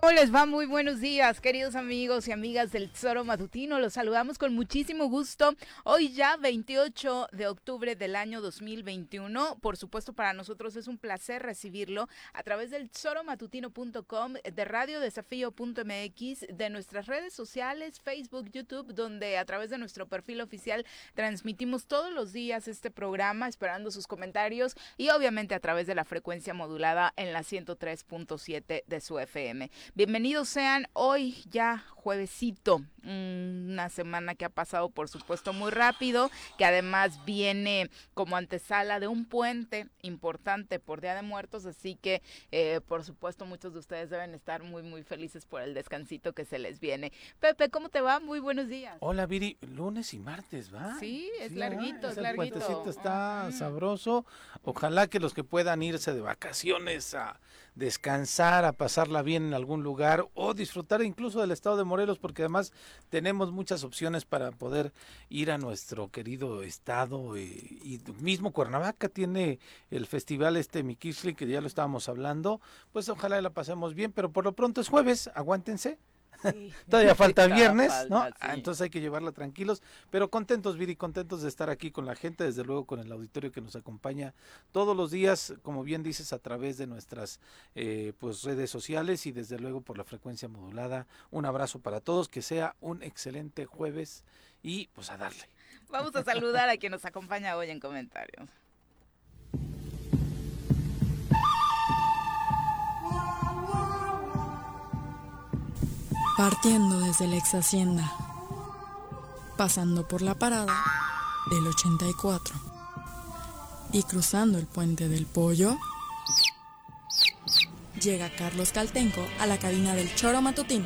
¿Cómo les va? Muy buenos días, queridos amigos y amigas del Tesoro Matutino. Los saludamos con muchísimo gusto. Hoy ya 28 de octubre del año 2021. Por supuesto, para nosotros es un placer recibirlo a través del tesoromatutino.com, de radiodesafío.mx, de nuestras redes sociales, Facebook, YouTube, donde a través de nuestro perfil oficial transmitimos todos los días este programa, esperando sus comentarios, y obviamente a través de la frecuencia modulada en la 103.7 de su FM. Bienvenidos sean hoy ya juevesito, una semana que ha pasado por supuesto muy rápido, que además viene como antesala de un puente importante por Día de Muertos, así que por supuesto muchos de ustedes deben estar muy felices por el descansito que se les viene. Pepe, ¿cómo te va? Muy buenos días. Hola Viri, lunes y martes, ¿va? Sí, es larguito, es larguito. El puentecito está sabroso, ojalá que los que puedan irse de vacaciones a descansar, a pasarla bien en algún lugar o disfrutar incluso del estado de Morelos, porque además tenemos muchas opciones para poder ir a nuestro querido estado, y mismo Cuernavaca tiene el festival Miquixtli, que ya lo estábamos hablando, pues ojalá la pasemos bien, pero por lo pronto es jueves, aguántense. Sí. Todavía falta viernes, ¿no? Sí. Entonces hay que llevarla tranquilos, pero contentos, Viri, contentos de estar aquí con la gente, desde luego con el auditorio que nos acompaña todos los días, como bien dices, a través de nuestras pues redes sociales y desde luego por la frecuencia modulada. Un abrazo para todos, que sea un excelente jueves y pues a darle. Vamos a saludar a quien nos acompaña hoy en comentarios. Partiendo desde la ex hacienda, pasando por la parada del 84 y cruzando el puente del Pollo, llega Carlos Caltenco a la cabina del Choro Matutino.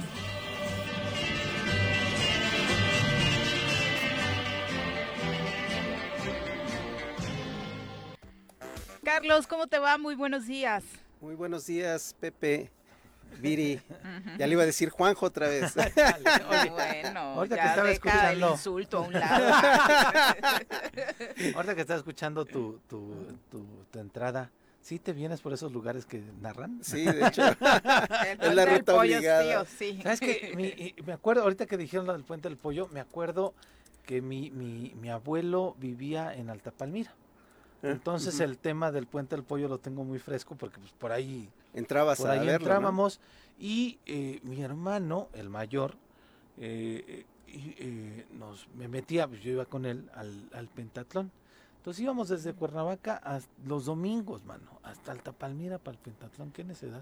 Carlos, ¿cómo te va? Muy buenos días. Muy buenos días, Pepe. Viri, ya le iba a decir Juanjo otra vez. Oye, bueno, ahorita ya que estaba escuchando el insulto a un lado. Ahorita que estaba escuchando tu entrada, ¿sí te vienes por esos lugares que narran? Sí, de hecho, es la ruta obligada. Sí. ¿Sabes qué? Me acuerdo, ahorita que dijeron lo del Puente del Pollo, me acuerdo que mi abuelo vivía en Alta Palmira. Entonces el tema del Puente del Pollo lo tengo muy fresco porque pues por ahí entrábamos, ¿no? Y mi hermano, el mayor, me metía, pues yo iba con él al pentatlón. Entonces íbamos desde Cuernavaca los domingos, mano, hasta Alta Palmira para el pentatlón. ¿Qué necedad?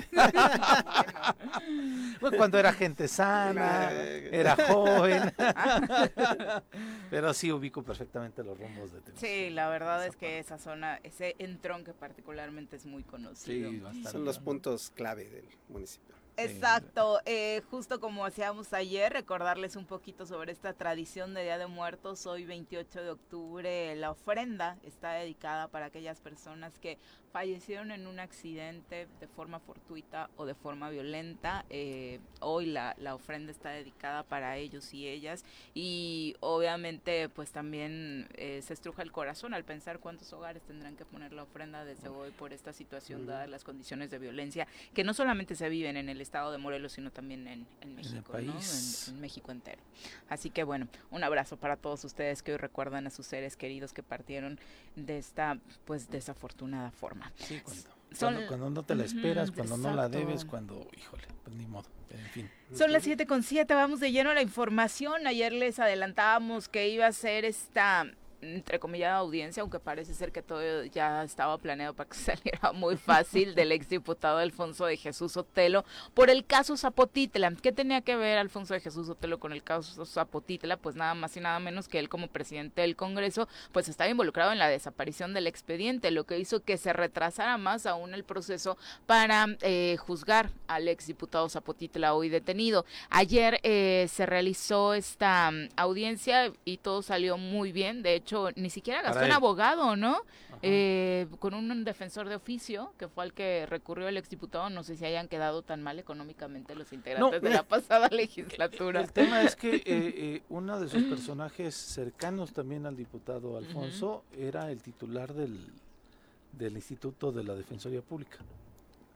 Bueno, cuando era gente sana, era joven. Pero sí ubico perfectamente los rumbos de Temisco. Sí, la verdad es que esa zona, ese entronque particularmente es muy conocido. Sí, bastante. Son los puntos clave del municipio. Exacto, justo como hacíamos ayer, recordarles un poquito sobre esta tradición de Día de Muertos. Hoy 28 de octubre la ofrenda está dedicada para aquellas personas que fallecieron en un accidente de forma fortuita o de forma violenta. Hoy la ofrenda está dedicada para ellos y ellas, y obviamente pues también se estruja el corazón al pensar cuántos hogares tendrán que poner la ofrenda desde hoy por esta situación, dadas las condiciones de violencia que no solamente se viven en el estado de Morelos, sino también en México, ¿no? En México entero. Así que bueno, un abrazo para todos ustedes que hoy recuerdan a sus seres queridos que partieron de esta pues desafortunada forma. Sí, cuando no te la esperas, cuando no la debes, cuando, híjole, pues ni modo, en fin. Son las 7:07, vamos de lleno a la información. Ayer les adelantábamos que iba a ser esta entrecomillada audiencia, aunque parece ser que todo ya estaba planeado para que saliera muy fácil, del exdiputado Alfonso de Jesús Sotelo por el caso Zapotitla. ¿Qué tenía que ver Alfonso de Jesús Sotelo con el caso Zapotitla? Pues nada más y nada menos que él, como presidente del Congreso, pues estaba involucrado en la desaparición del expediente, lo que hizo que se retrasara más aún el proceso para juzgar al exdiputado Zapotitla, hoy detenido. Ayer se realizó esta audiencia y todo salió muy bien. De hecho, ni siquiera gastó un abogado, ¿no? Con un defensor de oficio, que fue al que recurrió el exdiputado. No sé si hayan quedado tan mal económicamente los integrantes de la pasada legislatura. El tema es que uno de sus personajes cercanos también al diputado Alfonso era el titular del Instituto de la Defensoría Pública.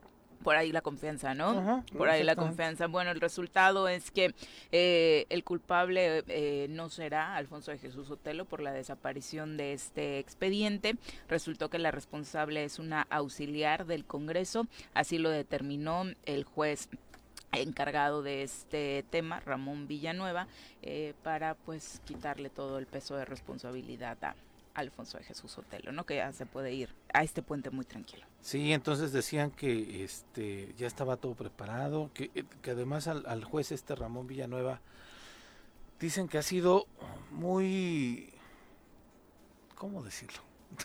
Por ahí la confianza, ¿no? Ajá, Por ahí la exactamente. confianza. Bueno, el resultado es que el culpable no será Alfonso de Jesús Sotelo por la desaparición de este expediente. Resultó que la responsable es una auxiliar del Congreso, así lo determinó el juez encargado de este tema, Ramón Villanueva, para pues quitarle todo el peso de responsabilidad a Alfonso de Jesús Sotelo, ¿no? Que ya se puede ir a este puente muy tranquilo. Sí, entonces decían que ya estaba todo preparado, que además al juez Ramón Villanueva dicen que ha sido muy, ¿cómo decirlo?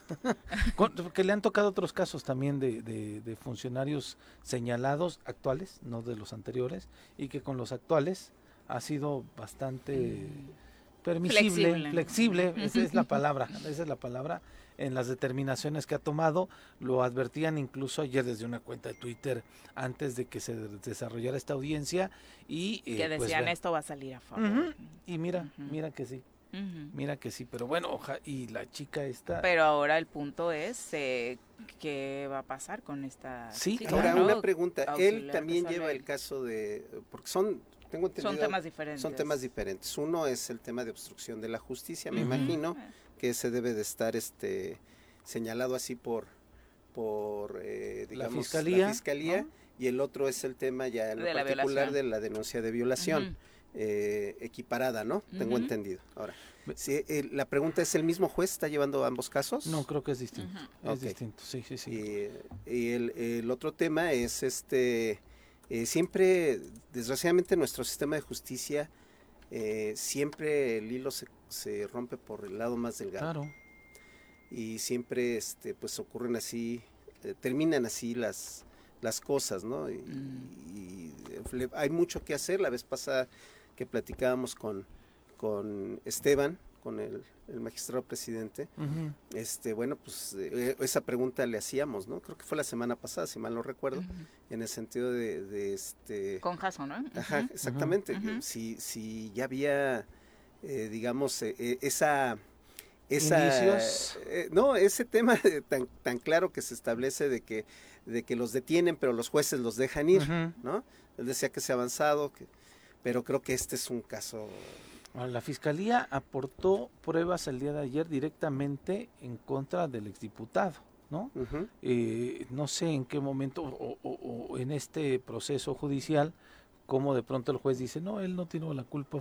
Que le han tocado otros casos también de funcionarios señalados actuales, no de los anteriores, y que con los actuales ha sido bastante permisible, flexible, esa es la palabra, en las determinaciones que ha tomado. Lo advertían incluso ayer desde una cuenta de Twitter antes de que se desarrollara esta audiencia y que decían esto va a salir a favor. Y mira que sí. Mira que sí, pero bueno, y la chica está... Pero ahora el punto es qué va a pasar con esta chica, ahora ¿no? una pregunta, Auxiliar él también lleva él. el caso de... porque tengo entendido... Son temas diferentes. Son temas diferentes. Uno es el tema de obstrucción de la justicia, me imagino, que ese debe de estar señalado así por digamos, la fiscalía, ¿no? Y el otro es el tema ya en lo particular de la denuncia de violación. Equiparada, ¿no? Tengo entendido. Ahora, la pregunta es, ¿el mismo juez está llevando ambos casos? No, creo que es distinto. Es distinto, sí. Y el otro tema es siempre, desgraciadamente, nuestro sistema de justicia, siempre el hilo se rompe por el lado más delgado. Claro. Y siempre pues ocurren así, terminan así las cosas, ¿no? Y hay mucho que hacer. La vez pasada que platicábamos con Esteban, con el magistrado presidente, bueno, pues esa pregunta le hacíamos, ¿no? Creo que fue la semana pasada, si mal no recuerdo, en el sentido de con Jason, ¿no? Ajá, exactamente. Si ya había, digamos, indicios. No, ese tema tan claro que se establece de que los detienen, pero los jueces los dejan ir, ¿no? Él decía que se ha avanzado, pero creo que este es un caso... La Fiscalía aportó pruebas el día de ayer directamente en contra del exdiputado, ¿no? No sé en qué momento o en este proceso judicial, como de pronto el juez dice, no, él no tuvo la culpa,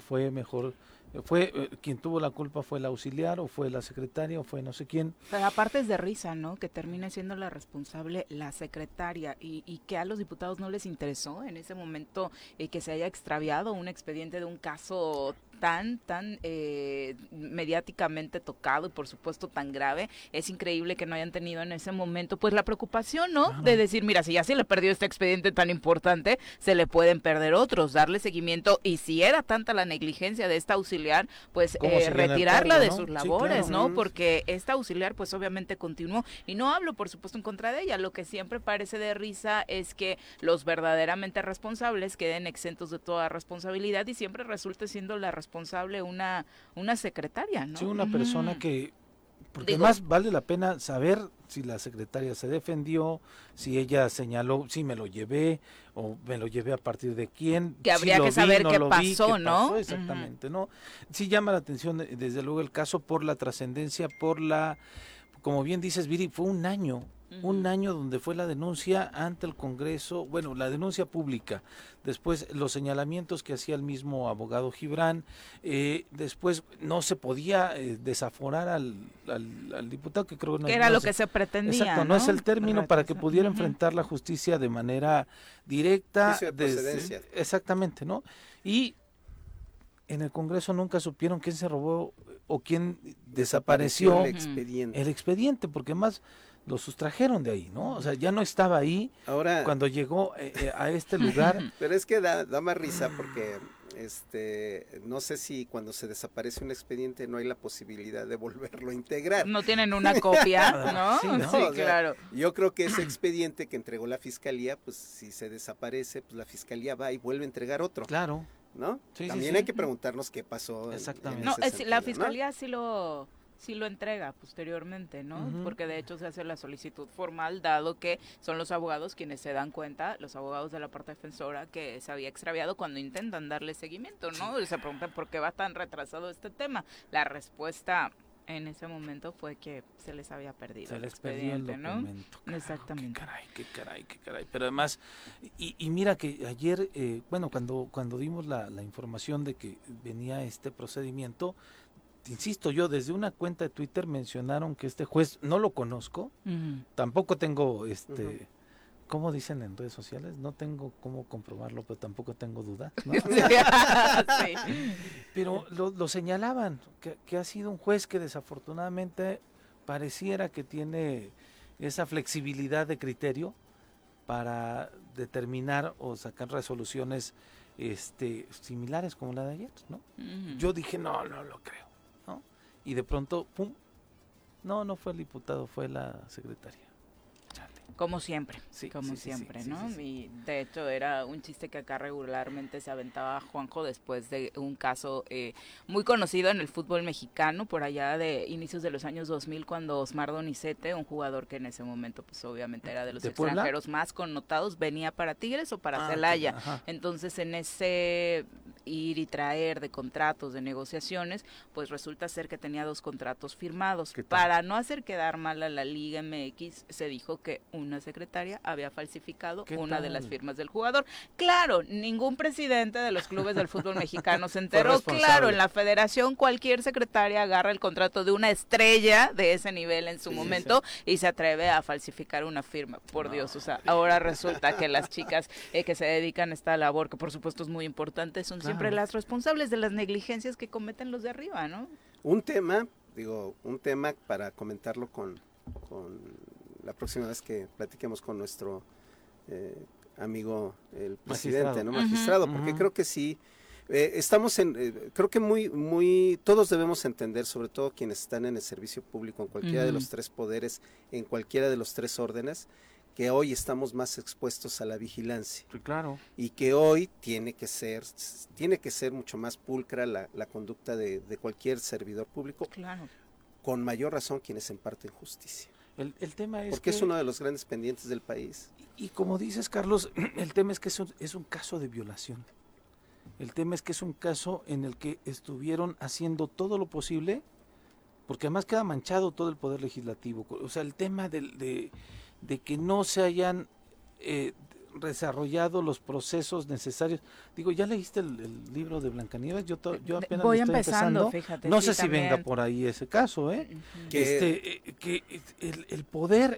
quien tuvo la culpa fue el auxiliar, o fue la secretaria, o fue no sé quién. Pero aparte es de risa, ¿no? Que termine siendo la responsable la secretaria y que a los diputados no les interesó en ese momento que se haya extraviado un expediente de un caso tan mediáticamente tocado y por supuesto tan grave. Es increíble que no hayan tenido en ese momento pues la preocupación, ¿no? De decir, mira, si ya se le perdió este expediente tan importante, se le pueden perder otros, darle seguimiento, y si era tanta la negligencia de esta auxiliar, pues retirarla de sus labores, ¿no? Porque esta auxiliar pues obviamente continuó, y no hablo por supuesto en contra de ella. Lo que siempre parece de risa es que los verdaderamente responsables queden exentos de toda responsabilidad y siempre resulte siendo la responsable una secretaria, ¿no? Sí, una persona que, porque además vale la pena saber si la secretaria se defendió, si ella señaló, si me lo llevé, o me lo llevé a partir de quién. Que habría que saber qué pasó, ¿no? Exactamente, ¿no? Sí llama la atención, desde luego, el caso por la trascendencia, como bien dices, Viri, fue un año donde fue la denuncia ante el Congreso, bueno, la denuncia pública, después los señalamientos que hacía el mismo abogado Gibran, después no se podía desaforar al diputado, que creo que era lo que se pretendía. Exacto, no es el término para que pudiera enfrentar la justicia de manera directa. Juicio de procedencia. Exactamente, ¿no? Y en el Congreso nunca supieron quién se robó o quién desapareció el expediente, porque más lo sustrajeron de ahí, ¿no? O sea, ya no estaba ahí ahora, cuando llegó a este lugar. Pero es que da más risa porque no sé si cuando se desaparece un expediente no hay la posibilidad de volverlo a integrar. No tienen una copia, ¿no? Sí, ¿no? Sí, claro. Yo creo que ese expediente que entregó la Fiscalía, pues si se desaparece, pues la Fiscalía va y vuelve a entregar otro. Claro. ¿No? Sí, También hay que preguntarnos qué pasó. Exactamente. No, sentido, la Fiscalía sí lo sí lo entrega posteriormente, ¿no? Porque de hecho se hace la solicitud formal, dado que son los abogados quienes se dan cuenta, los abogados de la parte defensora, que se había extraviado cuando intentan darle seguimiento, ¿no? Y se preguntan por qué va tan retrasado este tema. La respuesta en ese momento fue que se les había perdido. Se les perdió el documento. ¿No? Exactamente. Qué caray. Pero además, y mira que ayer, cuando dimos la información de que venía este procedimiento, insisto yo, desde una cuenta de Twitter mencionaron que este juez, no lo conozco, tampoco tengo, ¿cómo dicen en redes sociales? No tengo cómo comprobarlo, pero tampoco tengo duda, ¿no? Sí. Pero lo señalaban, que ha sido un juez que desafortunadamente pareciera que tiene esa flexibilidad de criterio para determinar o sacar resoluciones similares como la de ayer, ¿no? Yo dije, no lo creo, ¿no? Y de pronto, pum, no fue el diputado, fue la secretaria. Como siempre, ¿no? Sí. Y de hecho era un chiste que acá regularmente se aventaba Juanjo después de un caso muy conocido en el fútbol mexicano, por allá de inicios de los años 2000, cuando Osmar Donizete, un jugador que en ese momento pues obviamente era de los extranjeros más connotados, venía para Tigres o para Celaya. Entonces en ese ir y traer de contratos, de negociaciones, pues resulta ser que tenía 2 contratos firmados. Para no hacer quedar mal a la Liga MX, se dijo que una secretaria había falsificado una de las firmas del jugador. Claro, ningún presidente de los clubes del fútbol mexicano se enteró. Claro, en la federación cualquier secretaria agarra el contrato de una estrella de ese nivel en su momento y se atreve a falsificar una firma. Por Dios, o sea, ahora resulta que las chicas que se dedican a esta labor, que por supuesto es muy importante, son siempre las responsables de las negligencias que cometen los de arriba, ¿no? Un tema para comentarlo con la próxima vez que platiquemos con nuestro amigo el presidente, ¿no? Magistrado, porque creo que sí, estamos creo que muy, todos debemos entender, sobre todo quienes están en el servicio público, en cualquiera de los 3 poderes, en cualquiera de los 3 órdenes, que hoy estamos más expuestos a la vigilancia. Sí, claro. Y que hoy tiene que ser mucho más pulcra la conducta de cualquier servidor público. Claro. Con mayor razón quienes imparten justicia. El tema es porque es uno de los grandes pendientes del país. Y como dices, Carlos, el tema es que es un caso de violación. El tema es que es un caso en el que estuvieron haciendo todo lo posible, porque además queda manchado todo el poder legislativo. O sea, el tema de que no se hayan desarrollado los procesos necesarios. Digo, ¿ya leíste el libro de Blancanieves? Yo apenas voy estoy empezando. Fíjate. No sé si también venga por ahí ese caso, que el poder,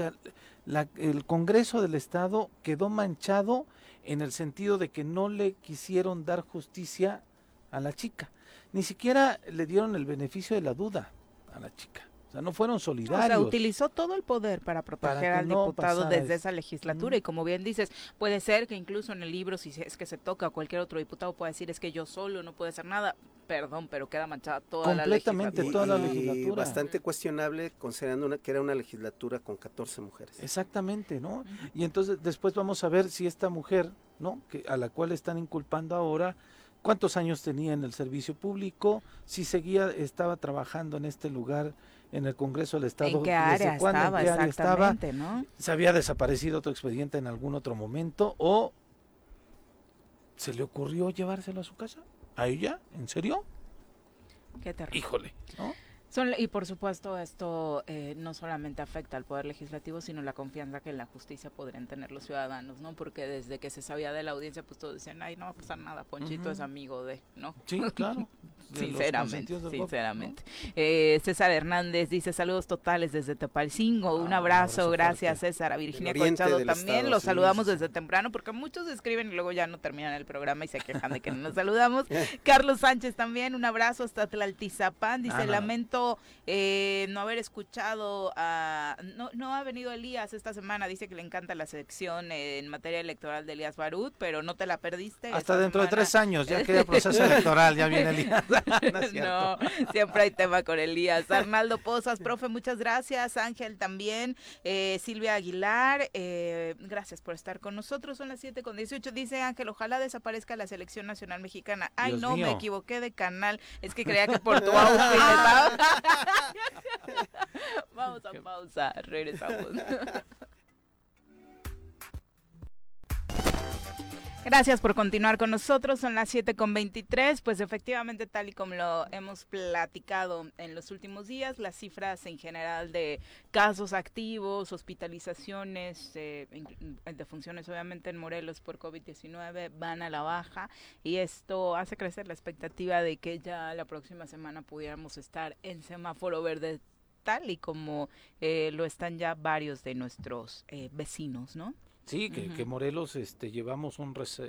el Congreso del Estado quedó manchado en el sentido de que no le quisieron dar justicia a la chica. Ni siquiera le dieron el beneficio de la duda a la chica. O sea, no fueron solidarios. O sea, utilizó todo el poder para proteger al diputado desde esa legislatura. Y como bien dices, puede ser que incluso en el libro, si es que se toca, cualquier otro diputado pueda decir, es que yo solo no puedo hacer nada. Perdón, pero queda manchada toda la legislatura. Completamente toda la legislatura. Y bastante cuestionable, considerando que era una legislatura con 14 mujeres. Exactamente, ¿no? Y entonces después vamos a ver si esta mujer, ¿no? A la cual están inculpando ahora, cuántos años tenía en el servicio público, si estaba trabajando en este lugar, en el Congreso del Estado. ¿En qué área estaba? Exactamente, ¿no? ¿Se había desaparecido otro expediente en algún otro momento? ¿O se le ocurrió llevárselo a su casa? ¿A ella? ¿En serio? Qué terrible. Híjole, ¿no? Y por supuesto esto no solamente afecta al Poder Legislativo, sino la confianza que en la justicia podrían tener los ciudadanos, ¿no? Porque desde que se sabía de la audiencia, pues todos decían, ay, no va a pasar nada, Ponchito es amigo de, ¿no? Sí, claro. Sinceramente. ¿No? César Hernández dice, saludos totales desde Tepalcingo, un abrazo, gracias fuerte. César. A Virginia Colchado también, los saludamos desde temprano, porque muchos escriben y luego ya no terminan el programa y se quejan de que no nos saludamos. Carlos Sánchez también, un abrazo hasta Tlaltizapán, dice, lamento no haber escuchado no ha venido Elías esta semana, dice que le encanta la sección en materia electoral de Elías Barut, pero no te la perdiste. Hasta dentro de 3 años, ya que el proceso electoral, ya viene Elías. No, siempre hay tema con Elías. Arnaldo Pozas, profe, muchas gracias. Ángel también, Silvia Aguilar, gracias por estar con nosotros. Son las 7:18, dice Ángel, ojalá desaparezca la selección nacional mexicana. Ay, Dios mío. Me equivoqué de canal, es que creía que por tu outfit estaba... Vamos a pausa, regresamos. Gracias por continuar con nosotros, son las 7:23, pues efectivamente tal y como lo hemos platicado en los últimos días, las cifras en general de casos activos, hospitalizaciones, defunciones obviamente en Morelos por COVID-19 van a la baja y esto hace crecer la expectativa de que ya la próxima semana pudiéramos estar en semáforo verde tal y como lo están ya varios de nuestros vecinos, ¿no? Sí, que Morelos llevamos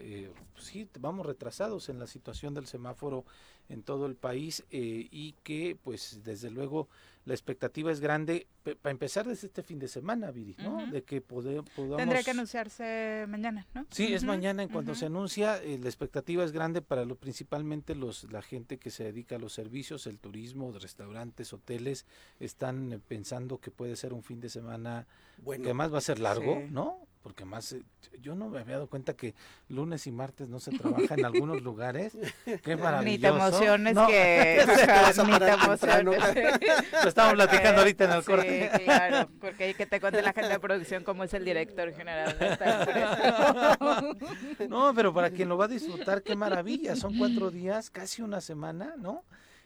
sí, vamos retrasados en la situación del semáforo en todo el país y que pues desde luego la expectativa es grande para empezar desde este fin de semana, Viri, ¿no? De que podamos... Tendría que anunciarse mañana, ¿no? Sí, es mañana en cuanto se anuncia, la expectativa es grande para principalmente la gente que se dedica a los servicios, el turismo, restaurantes, hoteles, están pensando que puede ser un fin de semana que además va a ser largo, sí, ¿no? Porque más, yo no me había dado cuenta que lunes y martes no se trabaja en algunos lugares. Qué maravilloso. Ni te emociones que... ni te emociones. Lo estamos platicando ahorita en el corte. Sí, claro, porque hay que te cuente la gente de producción cómo es el director general de esta empresa. No, pero para quien lo va a disfrutar, qué maravilla. Son 4 días, casi una semana, ¿no?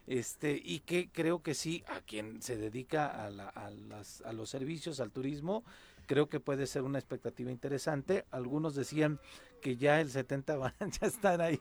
Y que creo que sí, a quien se dedica a los servicios, al turismo, creo que puede ser una expectativa interesante. Algunos decían que ya el 70 van ya estar ahí,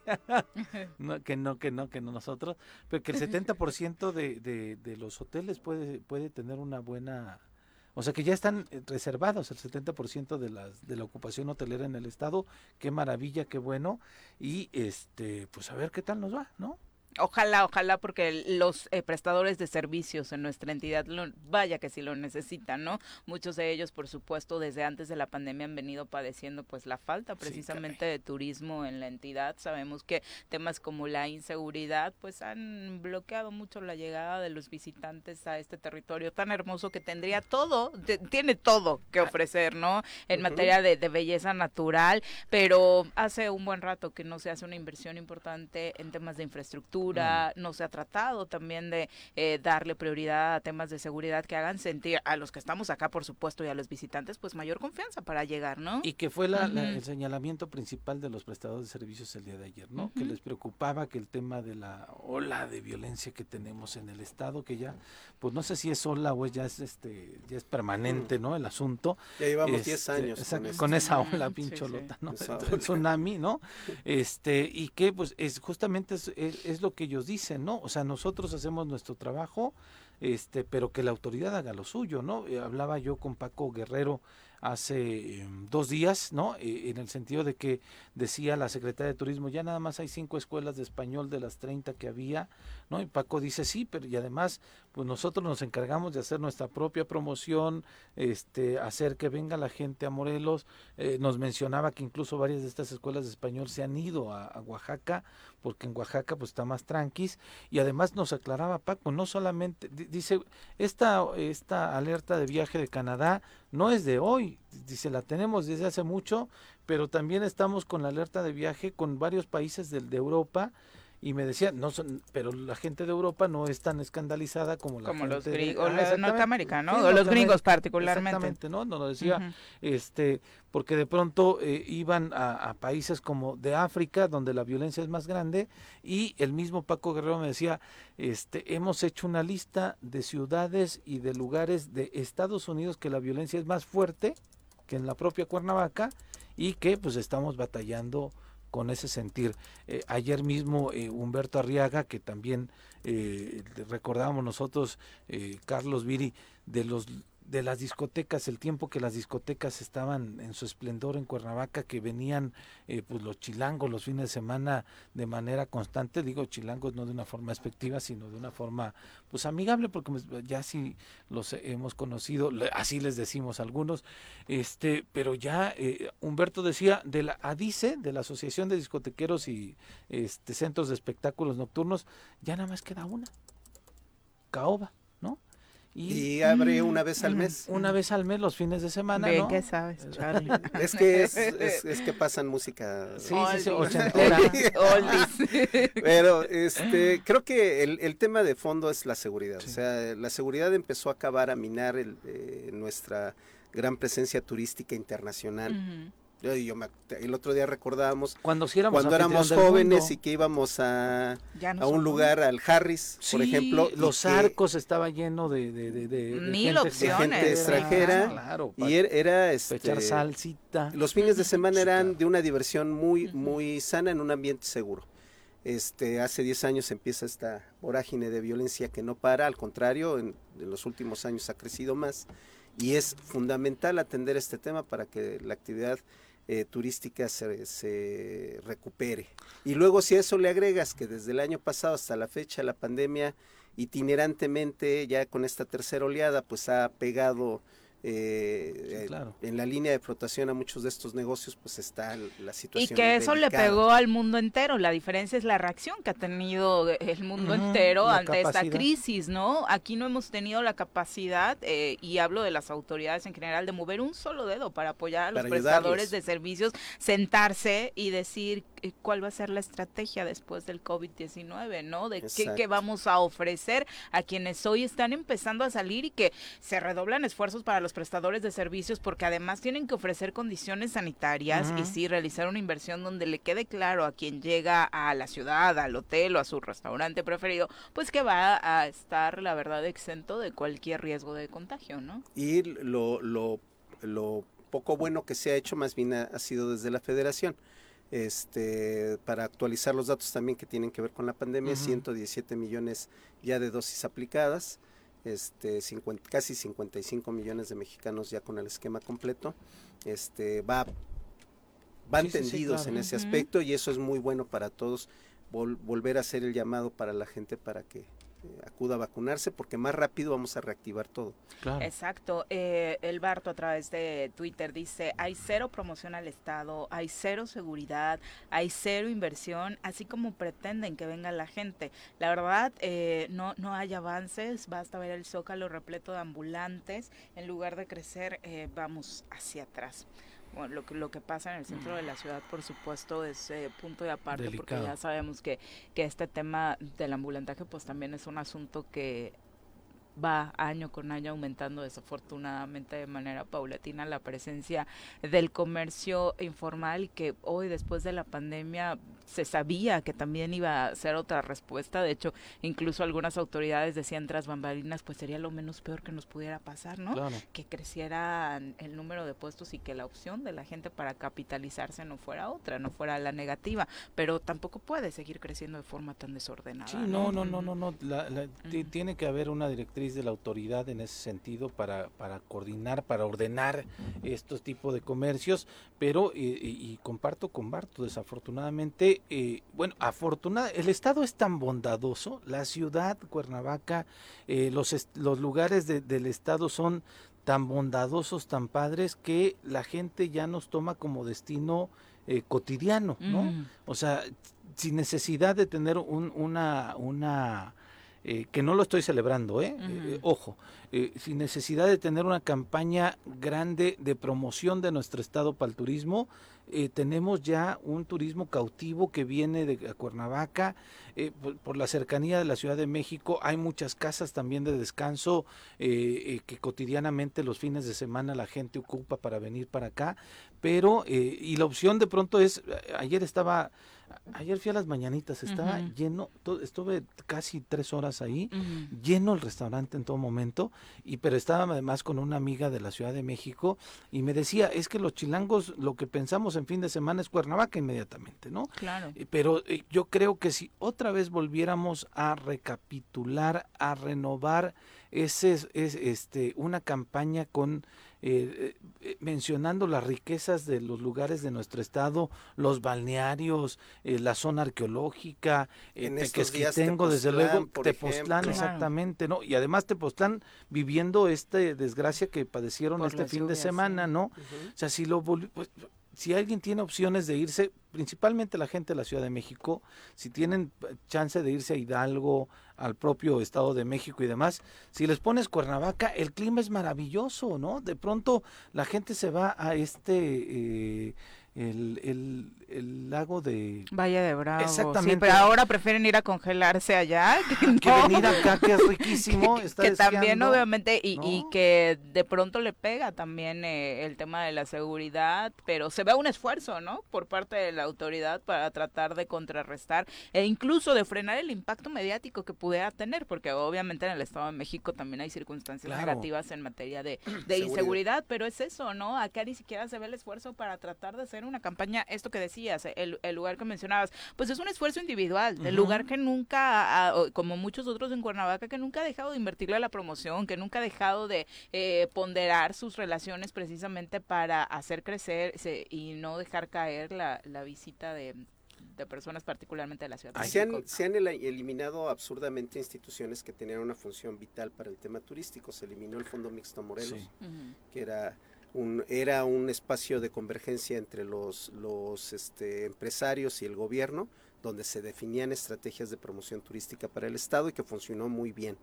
no, que no nosotros, pero que el 70% de los hoteles puede tener una buena, o sea que ya están reservados el 70% de la ocupación hotelera en el estado. Qué maravilla, qué bueno, y pues a ver qué tal nos va, ¿no? Ojalá, porque los prestadores de servicios en nuestra entidad, vaya que sí lo necesitan, ¿no? Muchos de ellos, por supuesto, desde antes de la pandemia han venido padeciendo pues la falta precisamente de turismo en la entidad. Sabemos que temas como la inseguridad pues han bloqueado mucho la llegada de los visitantes a este territorio tan hermoso que tendría tiene todo que ofrecer, ¿no? En materia de belleza natural, pero hace un buen rato que no se hace una inversión importante en temas de infraestructura. No se ha tratado también de darle prioridad a temas de seguridad que hagan sentir a los que estamos acá, por supuesto, y a los visitantes, pues mayor confianza para llegar, ¿no? Y que fue el señalamiento principal de los prestadores de servicios el día de ayer, ¿no? Que les preocupaba que el tema de la ola de violencia que tenemos en el estado, que ya, pues no sé si es ola o ya es permanente, ¿no? El asunto. Ya llevamos 10 años con esa ola pincholota, ¿no? El tsunami, ¿no? Y que pues justamente es lo que ellos dicen, ¿no? O sea, nosotros hacemos nuestro trabajo, pero que la autoridad haga lo suyo, ¿no? Hablaba yo con Paco Guerrero hace 2 días, ¿no? En el sentido de que decía la secretaria de Turismo, ya nada más hay 5 escuelas de español de las 30 que había, ¿no? Y Paco dice, sí, pero y además, pues nosotros nos encargamos de hacer nuestra propia promoción, hacer que venga la gente a Morelos. Nos mencionaba que incluso varias de estas escuelas de español se han ido a Oaxaca, porque en Oaxaca pues está más tranquis, y además nos aclaraba Paco, no solamente, dice, esta alerta de viaje de Canadá no es de hoy, dice, la tenemos desde hace mucho, pero también estamos con la alerta de viaje con varios países de Europa, y me decía, pero la gente de Europa no es tan escandalizada como los gringos, los norteamericanos, o los gringos particularmente. Exactamente, ¿no? Nos lo decía, porque de pronto iban a países como de África, donde la violencia es más grande, y el mismo Paco Guerrero me decía, hemos hecho una lista de ciudades y de lugares de Estados Unidos que la violencia es más fuerte que en la propia Cuernavaca, y que pues estamos batallando con ese sentir. Ayer mismo Humberto Arriaga, que también recordábamos nosotros, Carlos Viri, de las discotecas, el tiempo que las discotecas estaban en su esplendor en Cuernavaca, que venían pues los chilangos los fines de semana de manera constante, digo chilangos no de una forma despectiva, sino de una forma pues amigable, porque ya sí los hemos conocido, así les decimos algunos, pero ya Humberto decía, de la ADICE, de la Asociación de Discotequeros y Centros de Espectáculos Nocturnos, ya nada más queda una, Caoba, ¿no? Y abre una vez al mes. Una vez al mes, los fines de semana, Bien ¿no? que sabes, Charlie. Es que es que pasan música. Sí, Oldies. ochentera. Oldies. Pero creo que el tema de fondo es la seguridad. Sí. O sea, la seguridad empezó a acabar, a minar nuestra gran presencia turística internacional. Ujú. El otro día recordábamos Cuando éramos jóvenes mundo. y que íbamos a Ya no un somos. lugar, al Harris, Sí, por ejemplo. y los que- arcos estaba lleno de Mil gente opciones. de gente extranjera. Claro, Y era echar salsita. los fines de semana Sí, eran claro. de una diversión muy sana en un ambiente seguro. Hace 10 años empieza esta vorágine de violencia que no para, al contrario, en los últimos años ha crecido más y es fundamental atender este tema para que la actividad turística se recupere. Y luego si a eso le agregas que desde el año pasado hasta la fecha la pandemia itinerantemente, ya con esta tercera oleada, pues ha pegado claro. en la línea de flotación a muchos de estos negocios, pues está la Y situación que eso le delicada. pegó al mundo entero. La diferencia es la reacción que ha tenido el mundo Ujú, entero la ante esta capacidad. crisis, ¿no? Aquí no hemos tenido la capacidad, y hablo de las autoridades en general, de mover un solo dedo para apoyar a los Para prestadores ayudarles. de servicios, sentarse y decir cuál va a ser la estrategia después del COVID-19, ¿no? De qué Exacto. vamos a ofrecer a quienes hoy están empezando a salir y que se redoblan esfuerzos para los prestadores de servicios porque además tienen que ofrecer condiciones sanitarias y sí realizar una inversión donde le quede claro a quien llega a la ciudad, al hotel o a su restaurante preferido, pues que va a estar, la verdad, exento de cualquier riesgo de contagio, ¿no? Y lo poco bueno que se ha hecho más bien ha sido desde la federación. Para actualizar los datos también que tienen que ver con la pandemia, 117 millones ya de dosis aplicadas, casi 55 millones de mexicanos ya con el esquema completo, van Sí, sí, sí, tendidos claro. en ese Ujú. aspecto y eso es muy bueno para todos, volver a hacer el llamado para la gente para que acuda a vacunarse porque más rápido vamos a reactivar todo. Claro. Exacto. El Barto a través de Twitter dice, hay cero promoción al Estado, hay cero seguridad, hay cero inversión, así como pretenden que venga la gente. La verdad, no hay avances, basta ver el Zócalo repleto de ambulantes, en lugar de crecer, vamos hacia atrás. Bueno, lo que pasa en el centro de la ciudad, por supuesto, es punto de aparte, porque Delicado. ya sabemos que este tema del ambulantaje pues también es un asunto que va año con año aumentando desafortunadamente de manera paulatina la presencia del comercio informal, que hoy después de la pandemia se sabía que también iba a ser otra respuesta. De hecho, incluso algunas autoridades decían tras bambalinas, pues sería lo menos peor que nos pudiera pasar, ¿no? Claro. Que creciera el número de puestos y que la opción de la gente para capitalizarse no fuera otra, no fuera la negativa, pero tampoco puede seguir creciendo de forma tan desordenada. Sí, no. Ujú. Tiene que haber una directriz de la autoridad en ese sentido para coordinar, para ordenar estos tipos de comercios, pero y comparto con Barto, desafortunadamente, el Estado es tan bondadoso, la ciudad, Cuernavaca, los lugares del Estado son tan bondadosos, tan padres, que la gente ya nos toma como destino cotidiano, ¿no? Mm. O sea, sin necesidad de tener que no lo estoy celebrando, ojo, sin necesidad de tener una campaña grande de promoción de nuestro estado para el turismo, tenemos ya un turismo cautivo que viene de Cuernavaca, por la cercanía de la Ciudad de México. Hay muchas casas también de descanso que cotidianamente los fines de semana la gente ocupa para venir para acá, pero y la opción de pronto es, ayer fui a las mañanitas, estaba lleno, estuve casi 3 horas ahí, lleno el restaurante en todo momento, pero estaba además con una amiga de la Ciudad de México y me decía, es que los chilangos lo que pensamos en fin de semana es Cuernavaca inmediatamente, ¿no? Claro. Pero yo creo que si otra vez volviéramos a recapitular, a renovar una campaña con mencionando las riquezas de los lugares de nuestro estado, los balnearios, la zona arqueológica, En estos días Tequesquitengo, desde luego, por Tepoztlán, ejemplo. exactamente, ¿no? Y además Tepoztlán viviendo esta desgracia que padecieron Por este las fin de lluvias, semana, sí. ¿no? O sea, si lo si alguien tiene opciones de irse, principalmente la gente de la Ciudad de México, si tienen chance de irse a Hidalgo, al propio Estado de México y demás, si les pones Cuernavaca, el clima es maravilloso, ¿no? De pronto la gente se va a el lago de Valle de Bravo. Exactamente. Sí, pero ahora prefieren ir a congelarse allá que venir acá, que es riquísimo. que también obviamente ¿no? y que de pronto le pega también el tema de la seguridad, pero se ve un esfuerzo, ¿no? Por parte de la autoridad para tratar de contrarrestar e incluso de frenar el impacto mediático que pudiera tener, porque obviamente en el Estado de México también hay circunstancias negativas en materia de inseguridad, pero es eso, ¿no? Acá ni siquiera se ve el esfuerzo para tratar de hacer una campaña, esto que decías, el lugar que mencionabas, pues es un esfuerzo individual, el lugar que nunca, como muchos otros en Cuernavaca, que nunca ha dejado de invertirle a la promoción, que nunca ha dejado de ponderar sus relaciones precisamente para hacer crecer y no dejar caer la visita de personas, particularmente de la Ciudad de México. Se han eliminado absurdamente instituciones que tenían una función vital para el tema turístico. Se eliminó el Fondo Mixto Morelos, que era un espacio de convergencia entre los empresarios y el gobierno, donde se definían estrategias de promoción turística para el Estado y que funcionó muy bien.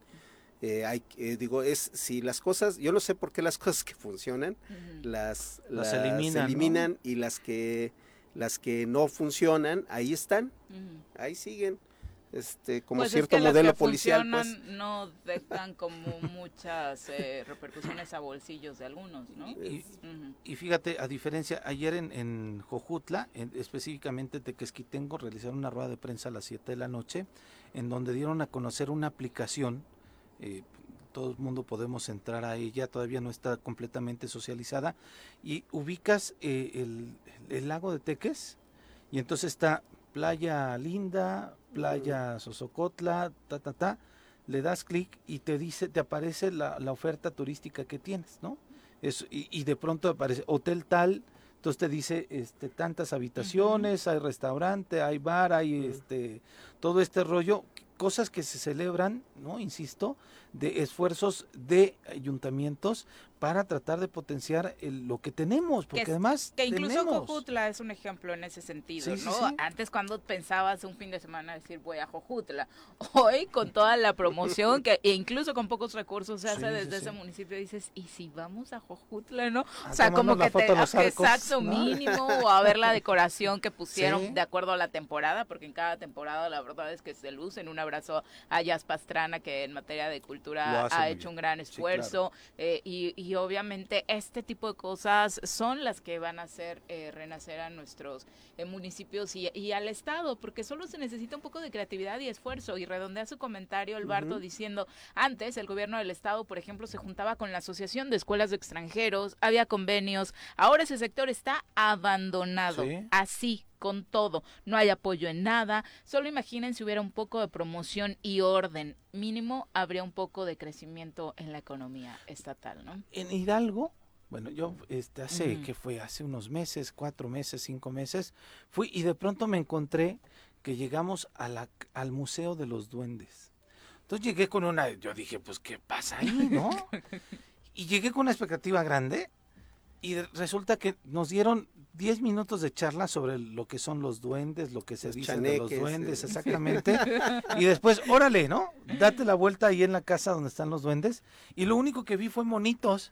Si las cosas, yo no sé por qué las cosas que funcionan las eliminan, ¿no? Y las que no funcionan, ahí están, ahí siguen. Como pues cierto es que modelo las que policial, funcionan, pues no dejan como muchas repercusiones a bolsillos de algunos, ¿no? Y fíjate, a diferencia, ayer en Jojutla, específicamente Tequesquitengo, realizaron una rueda de prensa a las 7 de la noche, en donde dieron a conocer una aplicación, todo el mundo podemos entrar a ella, todavía no está completamente socializada, y ubicas el lago de Teques, y entonces está Playa Linda, Playa Sosocotla, le das clic y te aparece la oferta turística que tienes, ¿no? Y de pronto aparece hotel tal, entonces te dice tantas habitaciones, hay restaurante, hay bar, hay todo este rollo, cosas que se celebran, ¿no? Insisto, de esfuerzos de ayuntamientos para tratar de potenciar lo que tenemos, porque además que incluso tenemos. Jojutla es un ejemplo en ese sentido, Sí, ¿no? sí, sí. Antes cuando pensabas un fin de semana decir voy a Jojutla, hoy con toda la promoción que e incluso con pocos recursos se hace desde ese municipio, dices, ¿y si vamos a Jojutla, no? O sea, como que exacto, ¿no? Mínimo, o a ver la decoración que pusieron de acuerdo a la temporada, porque en cada temporada la verdad es que se lucen. Un abrazo a Jazz Pastrana, que en materia de cultura ha hecho un gran esfuerzo, y obviamente este tipo de cosas son las que van a hacer renacer a nuestros municipios y al Estado, porque solo se necesita un poco de creatividad y esfuerzo. Y redondea su comentario Alberto diciendo, antes el gobierno del Estado, por ejemplo, se juntaba con la Asociación de Escuelas de Extranjeros, había convenios, ahora ese sector está abandonado, así, con todo, no hay apoyo en nada. Solo imaginen si hubiera un poco de promoción y orden, mínimo habría un poco de crecimiento en la economía estatal, ¿no? En Hidalgo, bueno, yo hace unos meses, 4 meses, 5 meses, fui y de pronto me encontré que llegamos al Museo de los Duendes. Entonces llegué yo dije, pues, ¿qué pasa ahí, no? Y llegué con una expectativa grande y resulta que nos dieron 10 minutos de charla sobre lo que son los duendes, lo que se dice de los duendes, exactamente. Y después, órale, ¿no? Date la vuelta ahí en la casa donde están los duendes. Y lo único que vi fue monitos.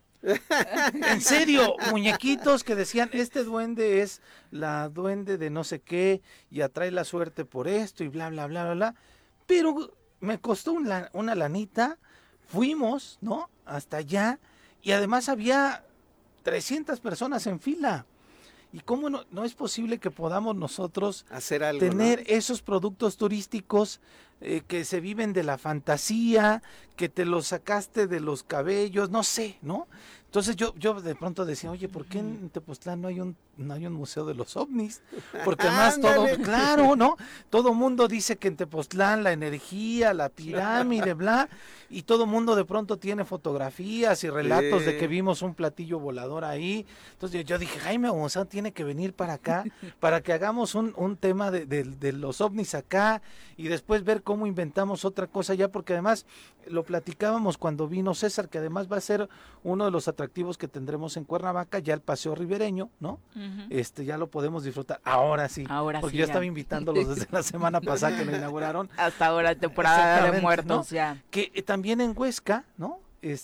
En serio, muñequitos que decían, este duende es la duende de no sé qué y atrae la suerte por esto y bla, bla, bla, bla, bla. Pero me costó una lanita, fuimos, ¿no? Hasta allá y además había 300 personas en fila. ¿Y cómo no es posible que podamos nosotros hacer algo, tener ¿no? esos productos turísticos que se viven de la fantasía, que te los sacaste de los cabellos, no sé, ¿no? Entonces yo de pronto decía, oye, ¿por qué en Tepoztlán no hay un museo de los ovnis? Porque además claro, ¿no? Todo mundo dice que en Tepoztlán la energía, la pirámide, bla, y todo mundo de pronto tiene fotografías y relatos de que vimos un platillo volador ahí. Entonces yo dije, Jaime Gonzalo tiene que venir para acá, para que hagamos un tema de los ovnis acá, y después ver cómo inventamos otra cosa ya, porque además lo platicábamos cuando vino César, que además va a ser uno de los atractivos que tendremos en Cuernavaca, ya el paseo ribereño, ¿no? Ya lo podemos disfrutar, ahora sí, porque yo estaba invitándolos desde la semana pasada que lo inauguraron. Hasta ahora, temporada de muertos, ¿no? ya. Que también en Huesca, ¿no?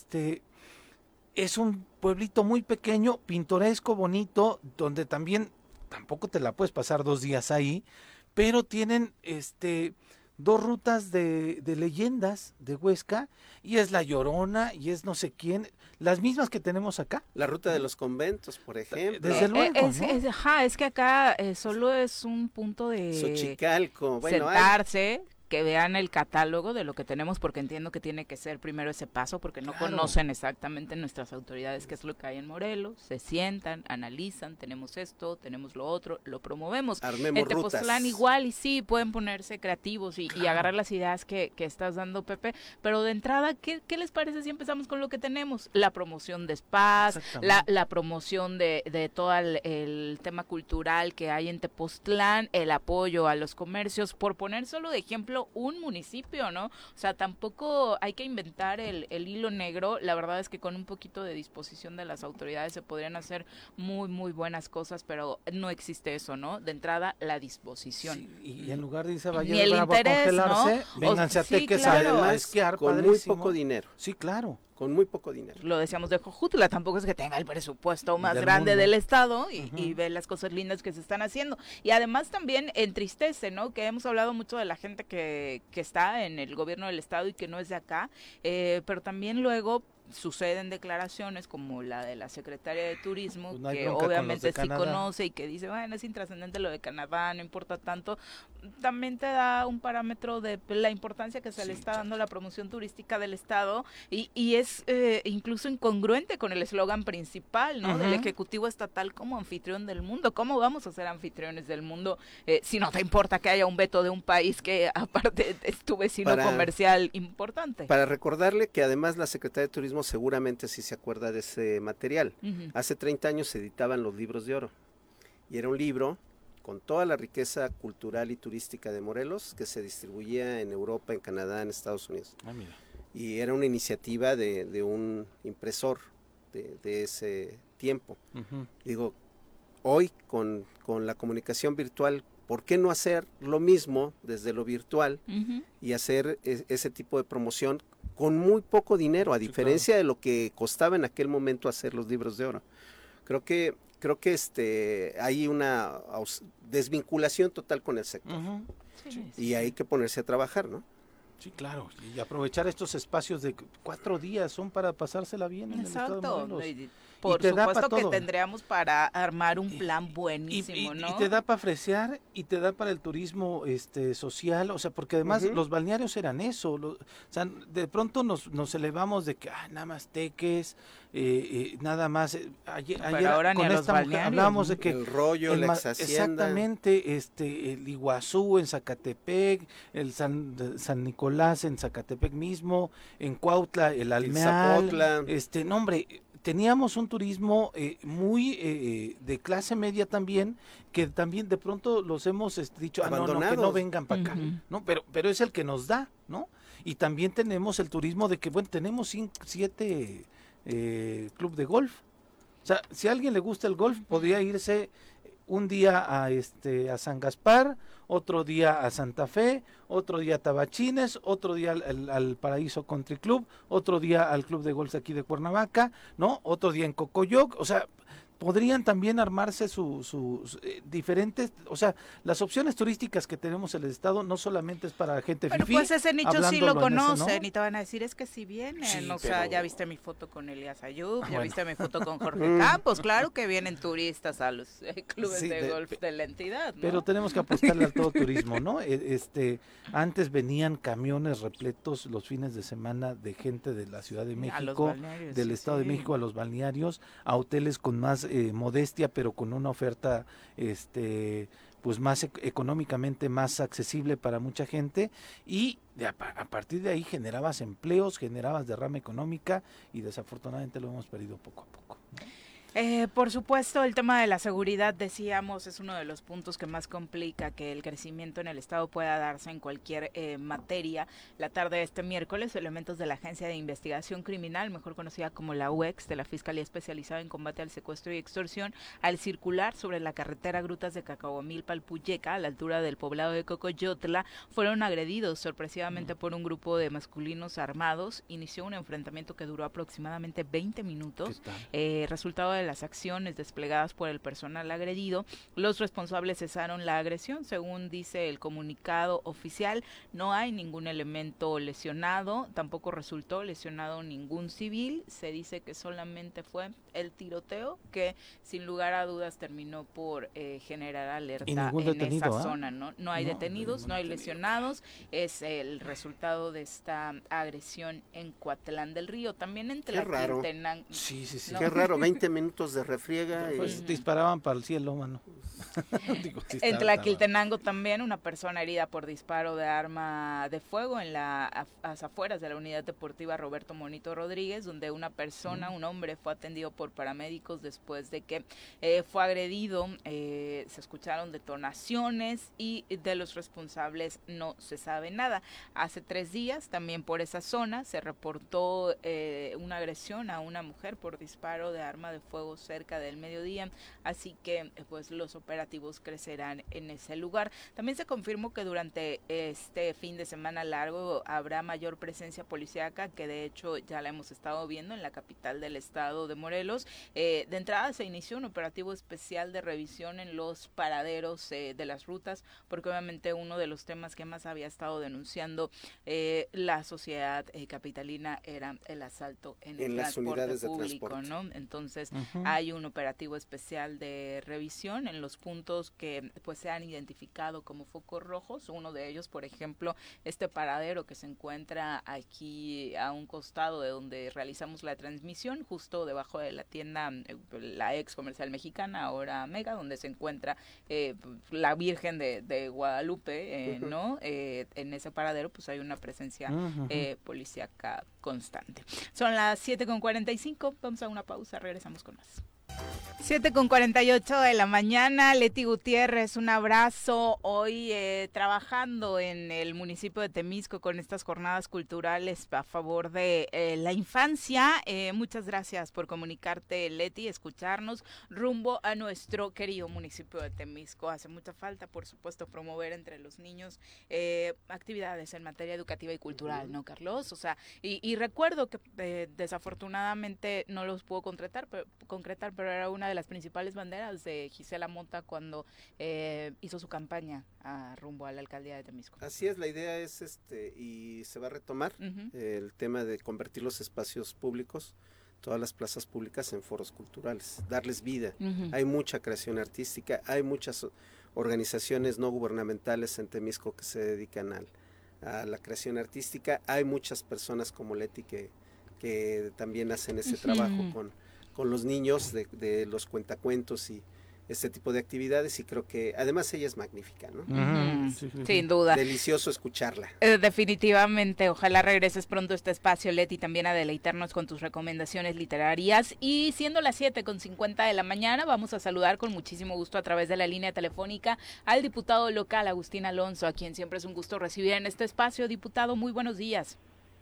Es un pueblito muy pequeño, pintoresco, bonito, donde también tampoco te la puedes pasar 2 días ahí, pero tienen 2 rutas de leyendas de Huesca, y es La Llorona, y es no sé quién, las mismas que tenemos acá. La ruta de los conventos, por ejemplo. Desde luego, ¿no? Es que acá solo es un punto de Xochicalco, bueno, sentarse, que vean el catálogo de lo que tenemos, porque entiendo que tiene que ser primero ese paso, porque no conocen exactamente nuestras autoridades qué es lo que hay en Morelos, se sientan, analizan, tenemos esto, tenemos lo otro, lo promovemos. Armemos en Tepoztlán rutas. Igual, y sí, pueden ponerse creativos y agarrar las ideas que estás dando, Pepe, pero de entrada, ¿qué les parece si empezamos con lo que tenemos? La promoción de spas, la promoción de todo el tema cultural que hay en Tepoztlán, el apoyo a los comercios, por poner solo de ejemplo un municipio, ¿no? O sea, tampoco hay que inventar el hilo negro. La verdad es que con un poquito de disposición de las autoridades se podrían hacer muy, muy buenas cosas, pero no existe eso, ¿no? De entrada, la disposición. Sí, y en lugar de irse a Valle Ni de el Bravo a interés, congelarse, ¿no? vénganse a Sí, Teques claro. a esquiar, con padrísimo. muy poco dinero. Sí, claro. Con muy poco dinero. Lo decíamos de Jojutla, tampoco es que tenga el presupuesto más Del grande mundo. del estado y ve las cosas lindas que se están haciendo. Y además también entristece, ¿no? Que hemos hablado mucho de la gente que está en el gobierno del estado y que no es de acá, pero también luego suceden declaraciones como la de la secretaria de Turismo, Pues no hay que bronca con obviamente los de sí Canadá. conoce y que dice, bueno, es intrascendente lo de Canadá, no importa tanto. También te da un parámetro de la importancia que se le está dando a la promoción turística del estado y es incluso incongruente con el eslogan principal, ¿no? Del Ejecutivo Estatal como anfitrión del mundo. ¿Cómo vamos a ser anfitriones del mundo si no te importa que haya un veto de un país que aparte es tu vecino comercial importante? Para recordarle que además la Secretaría de Turismo seguramente sí se acuerda de ese material. Hace 30 años se editaban los libros de oro y era un libro con toda la riqueza cultural y turística de Morelos que se distribuía en Europa, en Canadá, en Estados Unidos. Mira. Y era una iniciativa de un impresor de ese tiempo. Digo, hoy con la comunicación virtual, ¿por qué no hacer lo mismo desde lo virtual y hacer ese tipo de promoción con muy poco dinero, a diferencia de lo que costaba en aquel momento hacer los libros de oro? Creo que hay una desvinculación total con el sector. Y hay que ponerse a trabajar, ¿no? Sí, claro, y aprovechar estos espacios de 4 días son para pasársela bien en el estado de Morelos. Por te da supuesto pa' que todo. tendríamos para armar un plan buenísimo, ¿no? Y te da para fresear y te da para el turismo social, o sea, porque además los balnearios eran eso, o sea, de pronto nos elevamos de que nada más Teques, nada más ayer ahora con ni a los esta mujer balnearios, hablábamos ¿no? de que el rollo, la ex hacienda. exactamente, el Iguazú en Zacatepec, el San Nicolás en Zacatepec mismo, en Cuautla el Almeal, no hombre, teníamos un turismo muy de clase media también, que también de pronto los hemos dicho, no, que no vengan para acá, ¿no? Pero es el que nos da, ¿no? Y también tenemos el turismo de que, bueno, tenemos 7 club de golf. O sea, si a alguien le gusta el golf, podría irse un día a San Gaspar, otro día a Santa Fe, otro día a Tabachines, otro día al Paraíso Country Club, otro día al Club de Golf aquí de Cuernavaca, ¿no? Otro día en Cocoyoc, o sea, podrían también armarse sus diferentes, o sea, las opciones turísticas que tenemos en el estado no solamente es para gente Bueno, fifí, pues ese nicho sí lo hablándolo en ese, conocen, ¿no? y te van a decir, es que si vienen, Sí, o sea, pero- ya viste mi foto con Elías Ayub, ya bueno. viste mi foto con Jorge Campos, claro que vienen turistas a los clubes Sí, de golf de la entidad, ¿no? Pero tenemos que apostarle al todo turismo, ¿no? Antes venían camiones repletos los fines de semana de gente de la Ciudad de A los México, balnearios, del sí, Estado de sí. México, a los balnearios, a hoteles con más modestia, pero con una oferta pues más económicamente más accesible para mucha gente, y a partir de ahí generabas empleos, generabas derrama económica, y desafortunadamente lo hemos perdido poco a poco, ¿no? Por supuesto, el tema de la seguridad, decíamos, es uno de los puntos que más complica que el crecimiento en el Estado pueda darse en cualquier materia. La tarde de este miércoles, elementos de la Agencia de Investigación Criminal, mejor conocida como la UEX, de la Fiscalía Especializada en Combate al Secuestro y Extorsión, al circular sobre la carretera Grutas de Cacahuamilpa al Puyeca, a la altura del poblado de Cocoyotla, fueron agredidos sorpresivamente por un grupo de masculinos armados. Inició un enfrentamiento que duró aproximadamente 20 minutos. Resultado de las acciones desplegadas por el personal agredido, los responsables cesaron la agresión. Según dice el comunicado oficial, no hay ningún elemento lesionado, tampoco resultó lesionado ningún civil. Se dice que solamente fue el tiroteo que sin lugar a dudas terminó por generar alerta en esa zona, ¿no? No hay detenidos, no hay lesionados, es el resultado de esta agresión en Coatlán del Río. También en Tlaquiltenango. Sí. ¿No? Qué raro, 20 minutos de refriega. Pues disparaban para el cielo, mano. En Tlaquiltenango también una persona herida por disparo de arma de fuego en las afueras de la unidad deportiva Roberto Monito Rodríguez, donde una persona, un hombre, fue atendido por paramédicos después de que fue agredido. Se escucharon detonaciones y de los responsables no se sabe nada. Hace 3 días también por esa zona se reportó una agresión a una mujer por disparo de arma de fuego cerca del mediodía, así que pues los operativos crecerán en ese lugar. También se confirmó que durante este fin de semana largo habrá mayor presencia policíaca, que de hecho ya la hemos estado viendo en la capital del estado de Morelos. De entrada se inició un operativo especial de revisión en los paraderos de las rutas, porque obviamente uno de los temas que más había estado denunciando la sociedad capitalina era el asalto en el transporte público, ¿no? Entonces hay un operativo especial de revisión en los puntos que pues se han identificado como focos rojos. Uno de ellos, por ejemplo, este paradero que se encuentra aquí a un costado de donde realizamos la transmisión, justo debajo de la tienda, la ex Comercial Mexicana, ahora Mega, donde se encuentra la Virgen de Guadalupe, ¿no? En ese paradero pues hay una presencia policíaca constante. Son las 7:45, vamos a una pausa, regresamos con más. 7:48 de la mañana, Leti Gutiérrez, un abrazo. Hoy trabajando en el municipio de Temisco con estas jornadas culturales a favor de la infancia. Muchas gracias por comunicarte, Leti, escucharnos rumbo a nuestro querido municipio de Temisco. Hace mucha falta, por supuesto, promover entre los niños actividades en materia educativa y cultural, ¿no, Carlos? O sea, y recuerdo que desafortunadamente no los puedo concretar, pero era una de las principales banderas de Gisela Mota cuando hizo su campaña rumbo a la alcaldía de Temisco. Así es, la idea es y se va a retomar el tema de convertir los espacios públicos, todas las plazas públicas, en foros culturales, darles vida. Hay mucha creación artística, hay muchas organizaciones no gubernamentales en Temisco que se dedican a la creación artística, hay muchas personas como Leti que también hacen ese trabajo con los niños de los cuentacuentos y este tipo de actividades, y creo que además ella es magnífica, ¿no? Sin duda. Delicioso escucharla. Definitivamente, ojalá regreses pronto a este espacio, Leti, también a deleitarnos con tus recomendaciones literarias. Y siendo las 7:50 de la mañana, vamos a saludar con muchísimo gusto a través de la línea telefónica al diputado local, Agustín Alonso, a quien siempre es un gusto recibir en este espacio. Diputado, muy buenos días.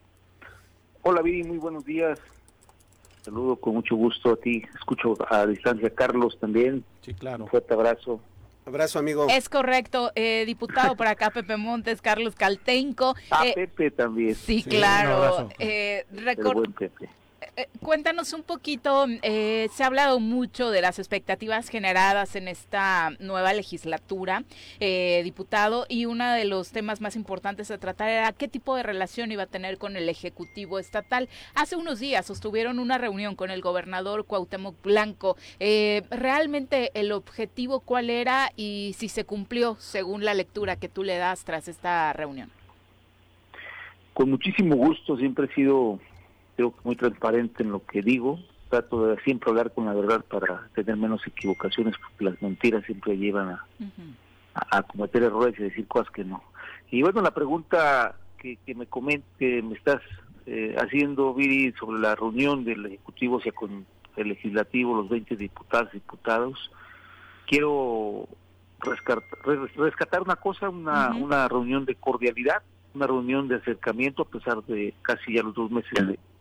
Hola, Viri, muy buenos días. Saludo con mucho gusto a ti, escucho a distancia, Carlos también. Sí, claro. Un fuerte abrazo. Abrazo, amigo. Es correcto, diputado, por acá Pepe Montes, Carlos Caltenco. Pepe también. Sí, claro. Buen Pepe. Cuéntanos un poquito, se ha hablado mucho de las expectativas generadas en esta nueva legislatura, diputado, y uno de los temas más importantes a tratar era qué tipo de relación iba a tener con el Ejecutivo Estatal. Hace unos días sostuvieron una reunión con el gobernador Cuauhtémoc Blanco. ¿Realmente el objetivo cuál era y si se cumplió según la lectura que tú le das tras esta reunión? Con muchísimo gusto, siempre he sido muy transparente en lo que digo, trato de siempre hablar con la verdad para tener menos equivocaciones, porque las mentiras siempre llevan a cometer errores y decir cosas que no. Y bueno, la pregunta que me estás haciendo, Viri, sobre la reunión del Ejecutivo, o sea, con el legislativo, los 20 diputados, quiero rescatar una cosa, una reunión de cordialidad, una reunión de acercamiento, a pesar de casi ya los 2 meses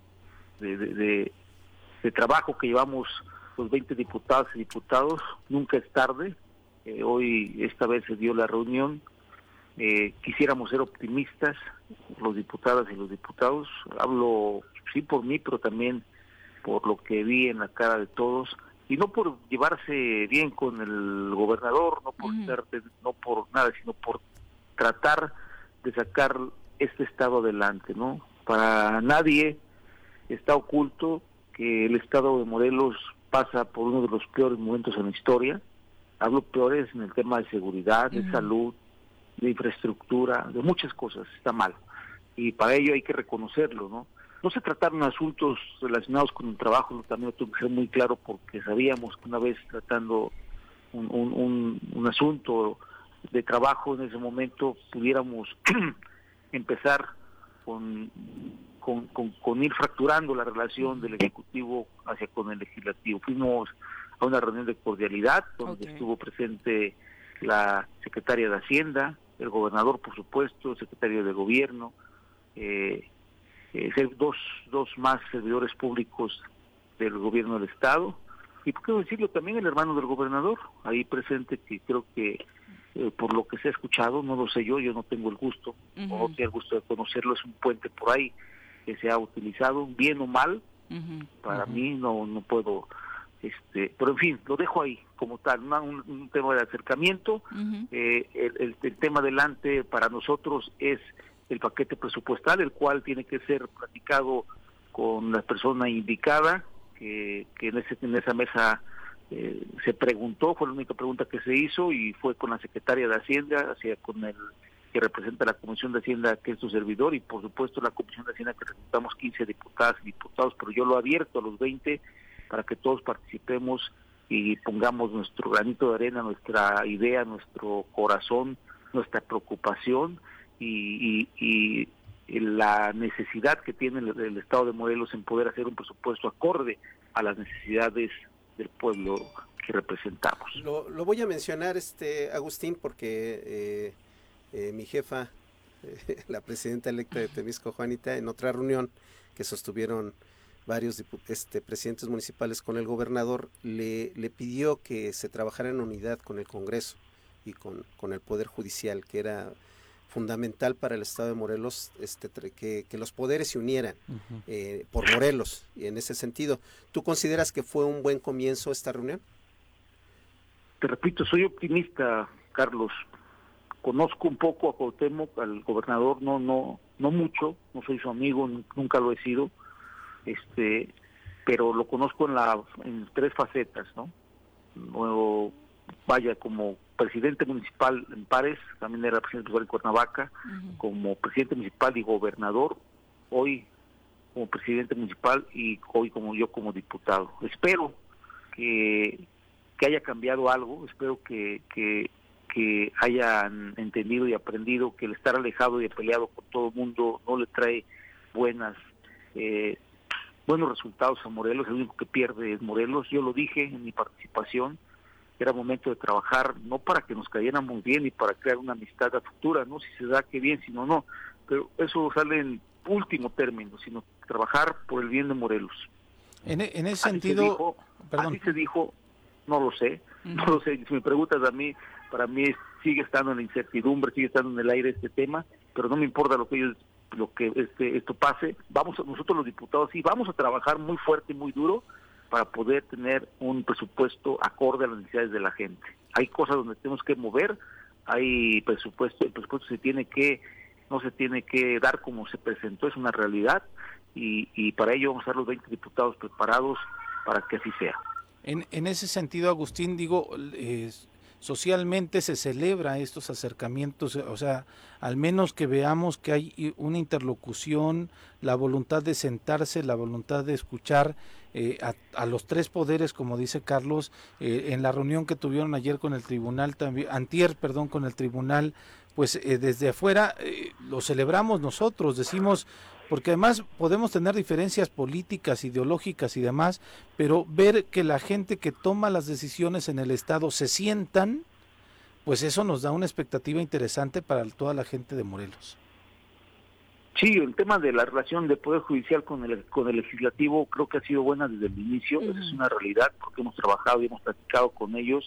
de trabajo que llevamos los 20 diputados y diputados. Nunca es tarde. Hoy, esta vez se dio la reunión. Quisiéramos ser optimistas, los diputadas y los diputados. Hablo sí por mí, pero también por lo que vi en la cara de todos, y no por llevarse bien con el gobernador, no por nada, sino por tratar de sacar este estado adelante, ¿no? Para nadie está oculto que el estado de Morelos pasa por uno de los peores momentos en la historia. Hablo peores en el tema de seguridad, de salud, de infraestructura, de muchas cosas, está mal. Y para ello hay que reconocerlo, ¿no? No se trataron asuntos relacionados con el trabajo, también lo tengo que ser muy claro, porque sabíamos que una vez tratando un asunto de trabajo en ese momento pudiéramos empezar con ir fracturando la relación del Ejecutivo hacia con el Legislativo. Fuimos a una reunión de cordialidad donde estuvo presente la secretaria de Hacienda, el gobernador, por supuesto, el secretario de Gobierno, dos más servidores públicos del gobierno del estado, y por qué decirlo también el hermano del gobernador ahí presente, que creo que por lo que se ha escuchado, no lo sé yo no tengo el gusto, no tengo el gusto de conocerlo, es un puente por ahí que se ha utilizado, bien o mal, para mí no puedo, pero en fin, lo dejo ahí como tal, un tema de acercamiento. El tema adelante para nosotros es el paquete presupuestal, el cual tiene que ser platicado con la persona indicada, que en esa mesa se preguntó, fue la única pregunta que se hizo, y fue con la secretaria de Hacienda, con el que representa la Comisión de Hacienda, que es su servidor, y por supuesto la Comisión de Hacienda, que representamos 15 diputadas y diputados, pero yo lo abierto a los 20 para que todos participemos y pongamos nuestro granito de arena, nuestra idea, nuestro corazón, nuestra preocupación, y la necesidad que tiene el Estado de Morelos en poder hacer un presupuesto acorde a las necesidades del pueblo que representamos. Lo voy a mencionar, Agustín, porque mi jefa, la presidenta electa de Temisco, Juanita, en otra reunión que sostuvieron varios presidentes municipales con el gobernador, le pidió que se trabajara en unidad con el Congreso y con el Poder Judicial, que era fundamental para el Estado de Morelos, que los poderes se unieran por Morelos, y en ese sentido, ¿tú consideras que fue un buen comienzo esta reunión? Te repito, soy optimista, Carlos. Conozco un poco a Cuauhtémoc, al gobernador, no mucho, no soy su amigo, nunca lo he sido, pero lo conozco en 3 facetas, ¿no? Luego, vaya, como presidente municipal en Pares, también era presidente municipal en Cuernavaca, como presidente municipal y gobernador, hoy como presidente municipal, y hoy como diputado. Espero que haya cambiado algo, espero que hayan entendido y aprendido que el estar alejado y peleado con todo el mundo no le trae buenos resultados a Morelos. El único que pierde es Morelos. Yo lo dije en mi participación, era momento de trabajar, no para que nos cayéramos bien y para crear una amistad a futura, ¿no? Si se da, qué bien, si no, no. Pero eso sale en último término, sino trabajar por el bien de Morelos. En ese sentido, así se dijo, no lo sé. Si me preguntas a mí, para mí sigue estando en la incertidumbre, sigue estando en el aire este tema, pero no me importa lo que esto pase. Nosotros los diputados sí vamos a trabajar muy fuerte y muy duro para poder tener un presupuesto acorde a las necesidades de la gente. Hay cosas donde tenemos que mover, hay presupuesto, el presupuesto no se tiene que dar como se presentó, es una realidad, y para ello vamos a estar los 20 diputados preparados para que así sea. En ese sentido, Agustín, socialmente se celebra estos acercamientos, o sea, al menos que veamos que hay una interlocución, la voluntad de sentarse, la voluntad de escuchar a los 3 poderes, como dice Carlos, en la reunión que tuvieron ayer con el tribunal, con el tribunal, pues desde afuera lo celebramos nosotros, decimos, porque además podemos tener diferencias políticas, ideológicas y demás, pero ver que la gente que toma las decisiones en el Estado se sientan, pues eso nos da una expectativa interesante para toda la gente de Morelos. Sí, el tema de la relación del Poder Judicial con el Legislativo creo que ha sido buena desde el inicio. Esa es una realidad, porque hemos trabajado y hemos platicado con ellos,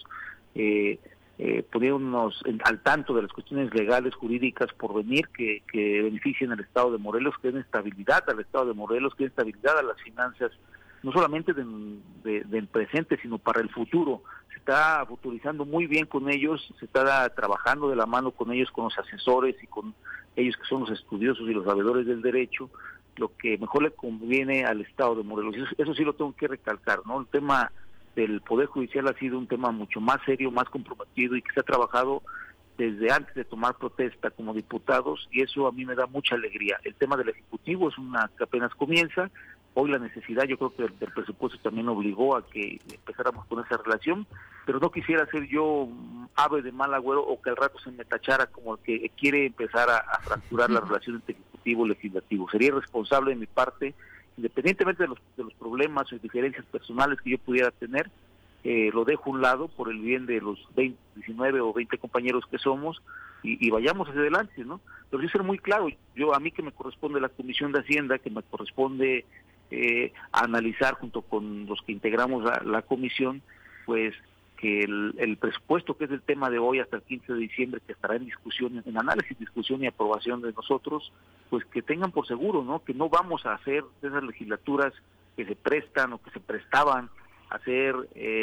poniéndonos al tanto de las cuestiones legales, jurídicas por venir, que beneficien al Estado de Morelos, que den estabilidad al Estado de Morelos, que den estabilidad a las finanzas, no solamente del presente, sino para el futuro. Se está futurizando muy bien con ellos, se está trabajando de la mano con ellos, con los asesores y con ellos que son los estudiosos y los sabedores del derecho, lo que mejor le conviene al Estado de Morelos. Eso sí lo tengo que recalcar, ¿no? El tema del Poder Judicial ha sido un tema mucho más serio, más comprometido y que se ha trabajado desde antes de tomar protesta como diputados, y eso a mí me da mucha alegría. El tema del Ejecutivo es una que apenas comienza. Hoy la necesidad, yo creo que el presupuesto también obligó a que empezáramos con esa relación, pero no quisiera ser yo ave de mal agüero o que al rato se me tachara como el que quiere empezar a fracturar la relación entre Ejecutivo y Legislativo. Sería irresponsable de mi parte, independientemente de los problemas o diferencias personales que yo pudiera tener, lo dejo a un lado por el bien de los 19 o 20 compañeros que somos y vayamos hacia adelante, ¿no? Pero sí ser muy claro, a mí que me corresponde la Comisión de Hacienda, que me corresponde analizar junto con los que integramos la comisión, pues que el presupuesto, que es el tema de hoy hasta el 15 de diciembre, que estará en discusión, en análisis, discusión y aprobación de nosotros, pues que tengan por seguro, ¿no?, que no vamos a hacer de esas legislaturas que se prestan o que se prestaban a hacer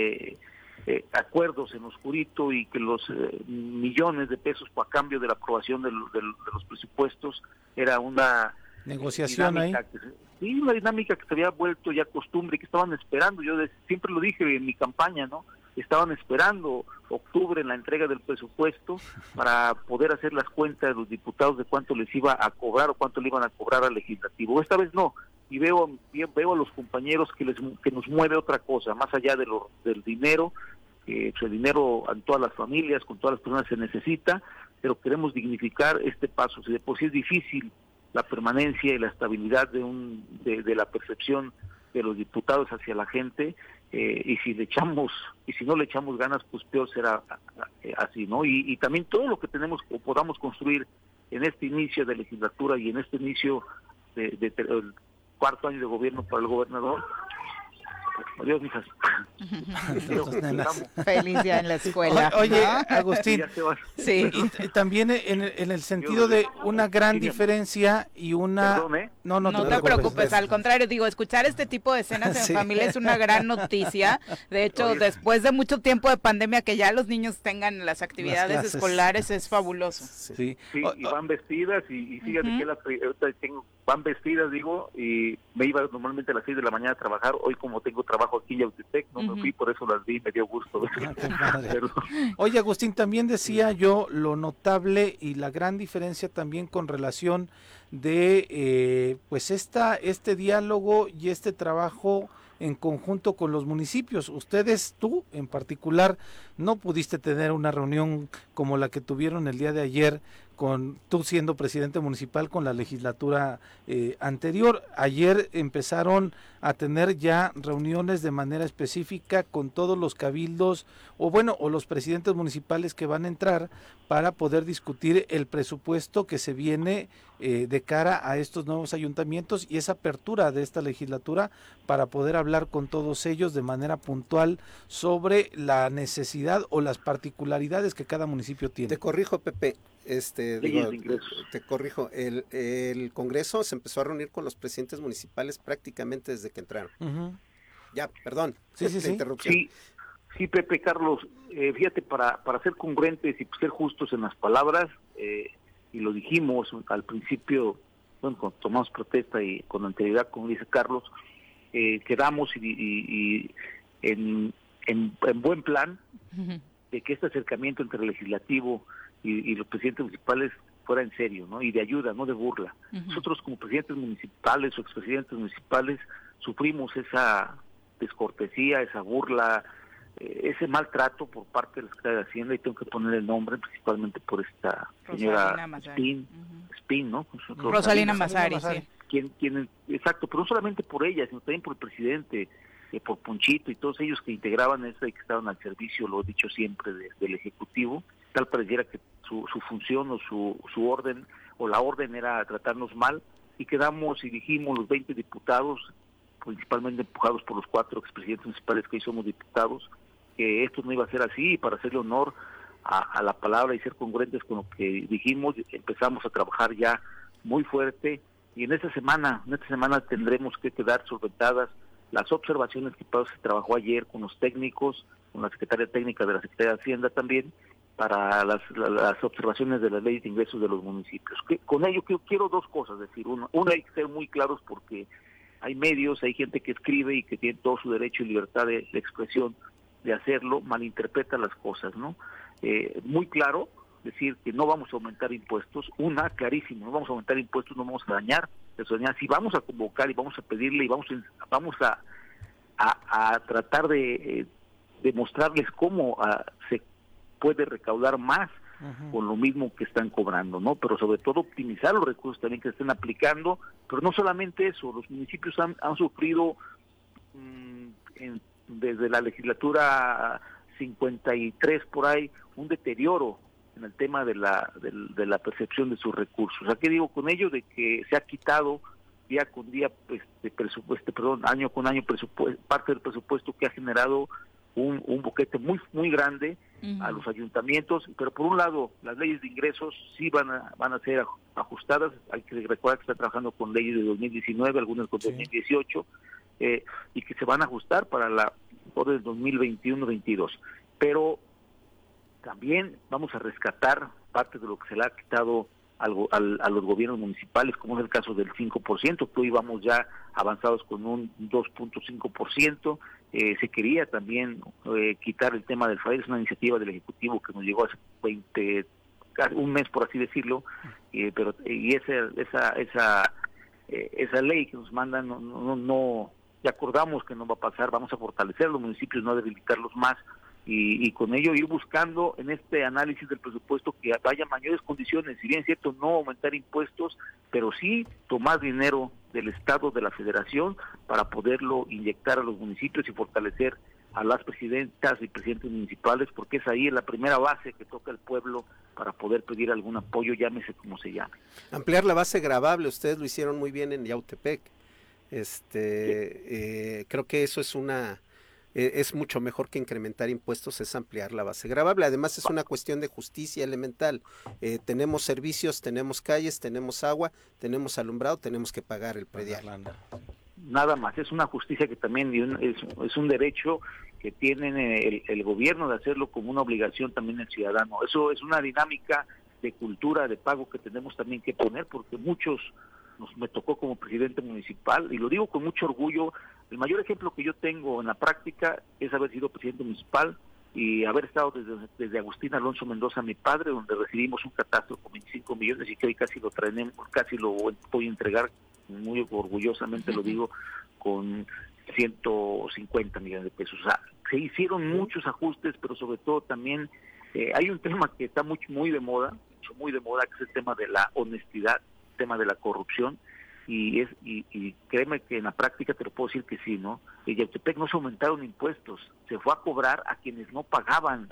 acuerdos en oscurito y que los millones de pesos a cambio de la aprobación de los presupuestos era una negociación ahí. Sí, una dinámica que se había vuelto ya costumbre, que estaban esperando, yo siempre lo dije en mi campaña, ¿no? Estaban esperando octubre en la entrega del presupuesto para poder hacer las cuentas de los diputados de cuánto les iba a cobrar o cuánto le iban a cobrar al legislativo. Esta vez no, y veo a los compañeros que nos mueve otra cosa, más allá del dinero, pues el dinero a todas las familias, con todas las personas se necesita, pero queremos dignificar este paso. Si de por sí es difícil la permanencia y la estabilidad de la percepción de los diputados hacia la gente, y si no le echamos ganas, pues peor será así, ¿no? Y también todo lo que tenemos o podamos construir en este inicio de legislatura y en este inicio del cuarto año de gobierno para el gobernador. Adiós, hijas. Feliz día en la escuela. Oye, Agustín, sí. Y también en el sentido de una gran diferencia y una... Perdón, ¿eh? No te preocupes, al contrario, digo, escuchar este tipo de escenas en familia es una gran noticia. De hecho, después de mucho tiempo de pandemia, que ya los niños tengan las actividades escolares es fabuloso. Sí, y van vestidas y fíjate que van vestidas, y me iba normalmente a las 6 de la mañana a trabajar. Hoy, como tengo trabajo aquí en Yautepec, no me fui, por eso las vi, me dio gusto. Oye, Agustín, también decía yo lo notable y la gran diferencia también con relación de pues este diálogo y este trabajo en conjunto con los municipios. Ustedes, tú en particular, no pudiste tener una reunión como la que tuvieron el día de ayer, tú siendo presidente municipal, con la legislatura anterior. Ayer empezaron a tener ya reuniones de manera específica con todos los cabildos o los presidentes municipales que van a entrar para poder discutir el presupuesto que se viene de cara a estos nuevos ayuntamientos y esa apertura de esta legislatura para poder hablar con todos ellos de manera puntual sobre la necesidad o las particularidades que cada municipio tiene. Te corrijo, Pepe. Te corrijo, el Congreso se empezó a reunir con los presidentes municipales prácticamente desde que entraron. Ya, perdón, sí. interrupción. Sí, Pepe, Carlos, fíjate, para ser congruentes y ser justos en las palabras, y lo dijimos al principio, cuando tomamos protesta y con anterioridad, como dice Carlos, quedamos y en buen plan de que este acercamiento entre el legislativo y los presidentes municipales fuera en serio, ¿no? Y de ayuda, no de burla. Nosotros como presidentes municipales o expresidentes municipales sufrimos esa descortesía, esa burla, ese maltrato por parte de la Secretaría de Hacienda, y tengo que poner el nombre principalmente por esta señora Spin, ¿no? Rosalina Massari, sí. exacto, pero no solamente por ella, sino también por el presidente, por Ponchito y todos ellos que integraban eso y que estaban al servicio, lo he dicho siempre, del Ejecutivo. Tal pareciera que su función o su orden o la orden era tratarnos mal, y quedamos y dijimos los 20 diputados, principalmente empujados por los 4 expresidentes municipales que hoy somos diputados, que esto no iba a ser así, y para hacerle honor a la palabra y ser congruentes con lo que dijimos, empezamos a trabajar ya muy fuerte, y en esta semana tendremos que quedar solventadas las observaciones que se trabajó ayer con los técnicos, con la secretaria técnica de la Secretaría de Hacienda también, para las observaciones de las leyes de ingresos de los municipios. Con ello quiero 2 cosas decir. Una, hay que ser muy claros porque hay medios, hay gente que escribe y que tiene todo su derecho y libertad de expresión de hacerlo, malinterpreta las cosas, ¿no? Muy claro decir que no vamos a aumentar impuestos, clarísimo, no vamos a aumentar impuestos, no vamos a dañar. Si vamos a convocar y vamos a pedirle y vamos a tratar de mostrarles cómo se puede recaudar más con lo mismo que están cobrando, ¿no? Pero sobre todo optimizar los recursos también que estén aplicando, pero no solamente eso, los municipios han sufrido desde la legislatura 53 por ahí un deterioro en el tema de la percepción de sus recursos. ¿A qué digo con ello? De que se ha quitado día con día, año con año, parte del presupuesto que ha generado un boquete muy grande a los ayuntamientos, pero por un lado las leyes de ingresos sí van a ser ajustadas. Hay que recordar que está trabajando con leyes de 2019, algunas con 2018, y que se van a ajustar para la orden 2021-22, pero también vamos a rescatar parte de lo que se le ha quitado a los gobiernos municipales, como es el caso del 5%, que hoy vamos ya avanzados con un 2.5%. Se quería también quitar el tema del FAIR, es una iniciativa del Ejecutivo que nos llegó hace un mes, por así decirlo, pero esa ley que nos mandan no ya acordamos que no va a pasar. Vamos a fortalecer a los municipios, no debilitarlos más, y con ello ir buscando en este análisis del presupuesto que haya mayores condiciones, si bien es cierto no aumentar impuestos, pero sí tomar dinero del Estado, de la Federación, para poderlo inyectar a los municipios y fortalecer a las presidentas y presidentes municipales, porque es ahí la primera base que toca el pueblo para poder pedir algún apoyo, llámese como se llame. Ampliar la base gravable, ustedes lo hicieron muy bien en Yautepec. Creo que eso es mucho mejor que incrementar impuestos, es ampliar la base gravable. Además es una cuestión de justicia elemental. Tenemos servicios, tenemos calles, tenemos agua, tenemos alumbrado, tenemos que pagar el predial. Nada más, es una justicia que también es un derecho que tiene el gobierno de hacerlo como una obligación también el ciudadano. Eso es una dinámica de cultura, de pago que tenemos también que poner, porque me tocó como presidente municipal, y lo digo con mucho orgullo. El mayor ejemplo que yo tengo en la práctica es haber sido presidente municipal y haber estado desde Agustín Alonso Mendoza, mi padre, donde recibimos un catastro con 25 millones y que hoy casi lo voy a entregar, muy orgullosamente lo digo, con 150 millones de pesos. O sea, se hicieron muchos ajustes, pero sobre todo también hay un tema que está muy de moda, que es el tema de la honestidad, el tema de la corrupción, y créeme que en la práctica te lo puedo decir que sí, ¿no? En Yautepec no se aumentaron impuestos, se fue a cobrar a quienes no pagaban,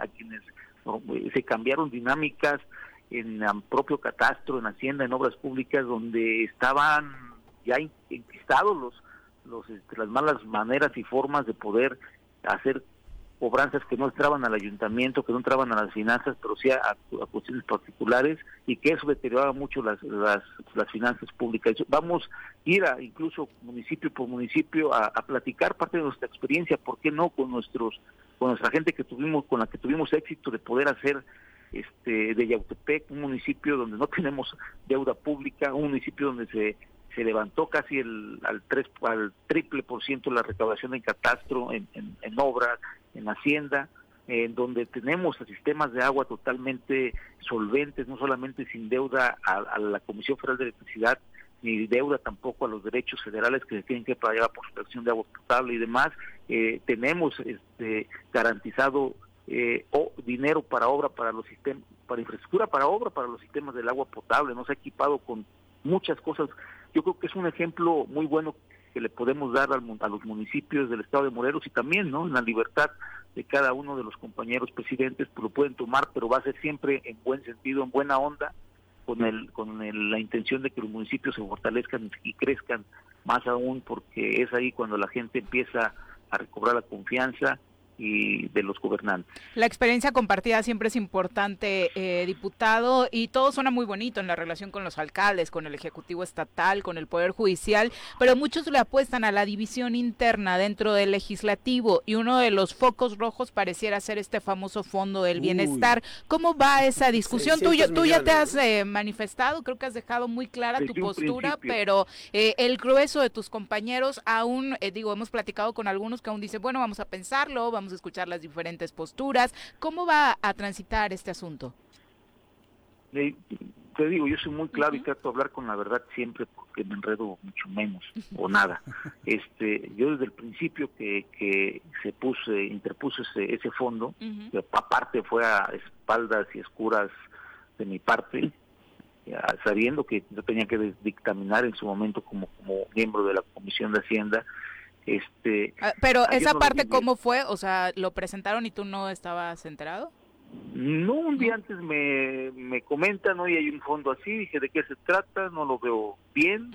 se cambiaron dinámicas en el propio catastro, en Hacienda, en obras públicas, donde estaban ya enquistados las malas maneras y formas de poder hacer cobranzas que no entraban al ayuntamiento, que no entraban a las finanzas, pero sí a cuestiones particulares, y que eso deterioraba mucho las finanzas públicas. Vamos a ir incluso municipio por municipio a platicar parte de nuestra experiencia, ¿por qué no? Con nuestra gente con la que tuvimos éxito de poder hacer de Yautepec un municipio donde no tenemos deuda pública, un municipio donde se levantó casi al triple por ciento la recaudación en catastro, en obras, en Hacienda, en donde tenemos sistemas de agua totalmente solventes, no solamente sin deuda a la Comisión Federal de Electricidad, ni deuda tampoco a los derechos federales que se tienen que pagar por protección de agua potable y demás. Tenemos garantizado dinero para obra, para los sistemas, para infraestructura, para obra, para los sistemas del agua potable. Nos ha equipado con muchas cosas yo creo que es un ejemplo muy bueno que le podemos dar a los municipios del estado de Morelos y también, ¿no?, en la libertad de cada uno de los compañeros presidentes, pues lo pueden tomar, pero va a ser siempre en buen sentido, en buena onda, con la intención de que los municipios se fortalezcan y crezcan más aún, porque es ahí cuando la gente empieza a recobrar la confianza y de los gobernantes. La experiencia compartida siempre es importante, diputado, y todo suena muy bonito en la relación con los alcaldes, con el Ejecutivo Estatal, con el Poder Judicial, pero muchos le apuestan a la división interna dentro del Legislativo, y uno de los focos rojos pareciera ser este famoso Fondo del Bienestar. ¿Cómo va esa discusión? Tú ya te has manifestado, creo que has dejado muy clara tu postura, pero el grueso de tus compañeros aún, hemos platicado con algunos que aún dicen, bueno, vamos a pensarlo, vamos a escuchar las diferentes posturas. ¿Cómo va a transitar este asunto? Te digo, yo soy muy claro y trato de hablar con la verdad siempre, porque me enredo mucho menos o nada. Yo desde el principio que interpuso ese fondo, que aparte fue a espaldas y escuras de mi parte, sabiendo que yo tenía que dictaminar en su momento como miembro de la Comisión de Hacienda. Pero esa parte, ¿cómo fue? O sea, ¿lo presentaron y tú no estabas enterado? No, un día antes me comentan, oye, hay un fondo así, dije, ¿de qué se trata? No lo veo bien.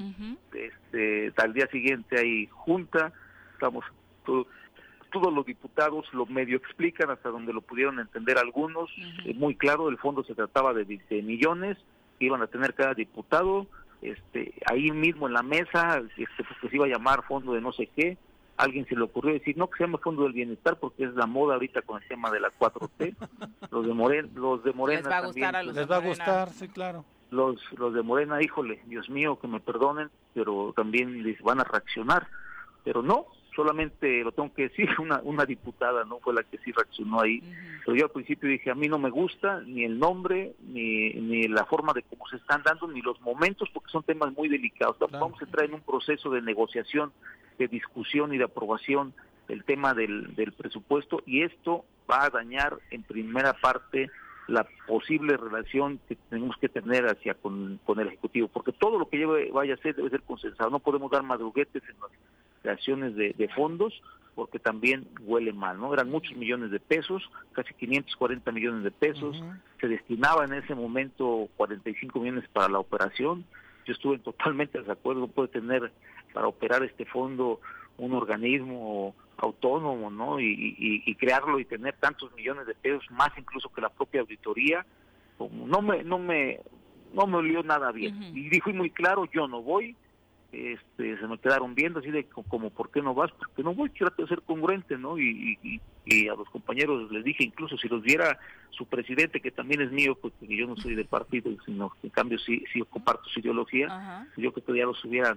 Al día siguiente hay junta, estamos todos los diputados lo medio explican hasta donde lo pudieron entender algunos, muy claro, el fondo se trataba de millones, iban a tener cada diputado. Ahí mismo en la mesa, pues se iba a llamar fondo de no sé qué, alguien se le ocurrió decir, no, que se llama fondo del bienestar porque es la moda ahorita con el tema de la 4T, los de Morena les va a gustar también, a los les va a gustar, sí, claro. Los de Morena, híjole, Dios mío, que me perdonen, pero también les van a reaccionar, pero no, solamente lo tengo que decir, una diputada no fue la que sí reaccionó ahí, pero yo al principio dije, a mí no me gusta ni el nombre, ni la forma de cómo se están dando, ni los momentos, porque son temas muy delicados. Claro. Vamos a entrar en un proceso de negociación, de discusión y de aprobación del tema del presupuesto, y esto va a dañar en primera parte la posible relación que tenemos que tener con el Ejecutivo, porque todo lo que vaya a ser debe ser consensado, no podemos dar madruguetes en las creaciones de fondos, porque también huele mal, ¿no? Eran muchos millones de pesos, casi 540 millones de pesos, se destinaba en ese momento 45 millones para la operación, yo estuve totalmente de acuerdo, no puede tener para operar este fondo un organismo autónomo, ¿no? Y crearlo y tener tantos millones de pesos, más incluso que la propia auditoría, como no me olió nada bien. Y fui muy claro, yo no voy. Se me quedaron viendo así de como, ¿por qué no vas? Porque no voy, trato de ser congruente, ¿no? Y a los compañeros les dije, incluso si los viera su presidente, que también es mío, porque yo no soy de partido, sino que en cambio sí comparto su ideología, yo creo que ya los hubieran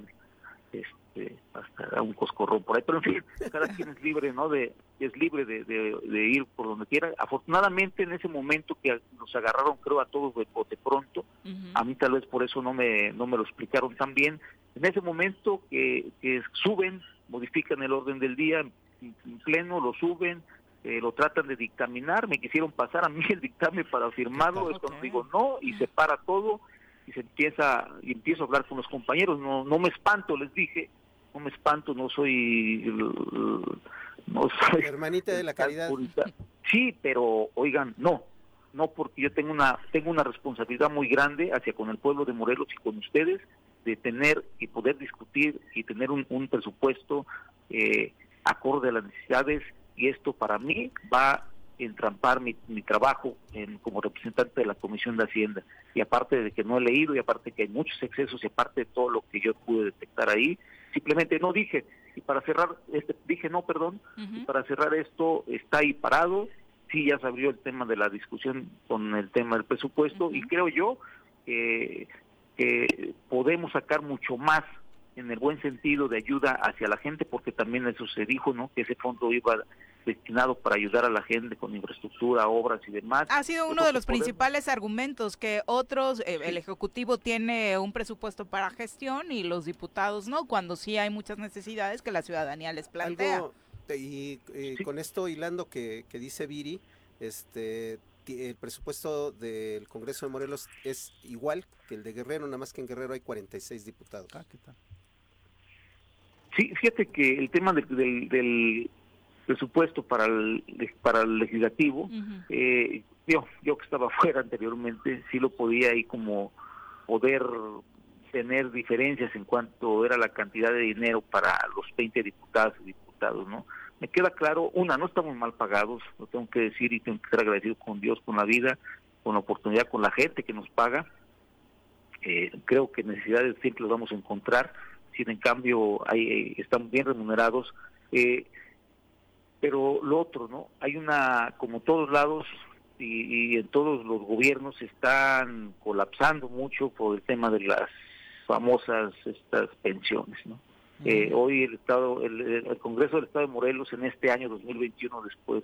hasta un coscorrón por ahí, pero en fin, cada quien es libre, ¿no? Es libre de ir por donde quiera. Afortunadamente en ese momento que nos agarraron, creo, a todos de pronto, a mí tal vez por eso no me lo explicaron tan bien. En ese momento que suben, modifican el orden del día en pleno, lo suben, lo tratan de dictaminar, me quisieron pasar a mí el dictamen para firmarlo, es cuando digo no, y se para todo, y empiezo a hablar con los compañeros, no me espanto, les dije, no me espanto, no soy hermanita de la caridad. Sí, pero oigan, no, porque yo tengo una responsabilidad muy grande hacia con el pueblo de Morelos y con ustedes, de tener y poder discutir y tener un presupuesto acorde a las necesidades, y esto para mí va a entrampar mi trabajo como representante de la Comisión de Hacienda, y aparte de que no he leído, y aparte que hay muchos excesos, y aparte de todo lo que yo pude detectar ahí, simplemente no dije, y para cerrar, dije no, perdón, y para cerrar esto, está ahí parado, sí ya se abrió el tema de la discusión con el tema del presupuesto, y creo yo que podemos sacar mucho más en el buen sentido de ayuda hacia la gente, porque también eso se dijo, ¿no? Que ese fondo iba destinado para ayudar a la gente con infraestructura, obras y demás. Ha sido uno de los principales argumentos que otros, el Ejecutivo tiene un presupuesto para gestión y los diputados no, cuando sí hay muchas necesidades que la ciudadanía les plantea. Con esto hilando que dice Viri, el presupuesto del Congreso de Morelos es igual que el de Guerrero, nada más que en Guerrero hay 46 diputados. ¿Qué tal? Sí, fíjate que el tema del presupuesto para el legislativo, yo que estaba fuera anteriormente, sí lo podía ahí como poder tener diferencias en cuanto era la cantidad de dinero para los 20 diputados y diputados, ¿no? Me queda claro, no estamos mal pagados, lo tengo que decir y tengo que ser agradecido con Dios, con la vida, con la oportunidad, con la gente que nos paga. Creo que necesidades siempre las vamos a encontrar, si en cambio estamos bien remunerados, pero lo otro, ¿no? Hay como todos lados y en todos los gobiernos están colapsando mucho por el tema de las famosas estas pensiones, ¿no? Hoy el Congreso del Estado de Morelos en este año 2021, después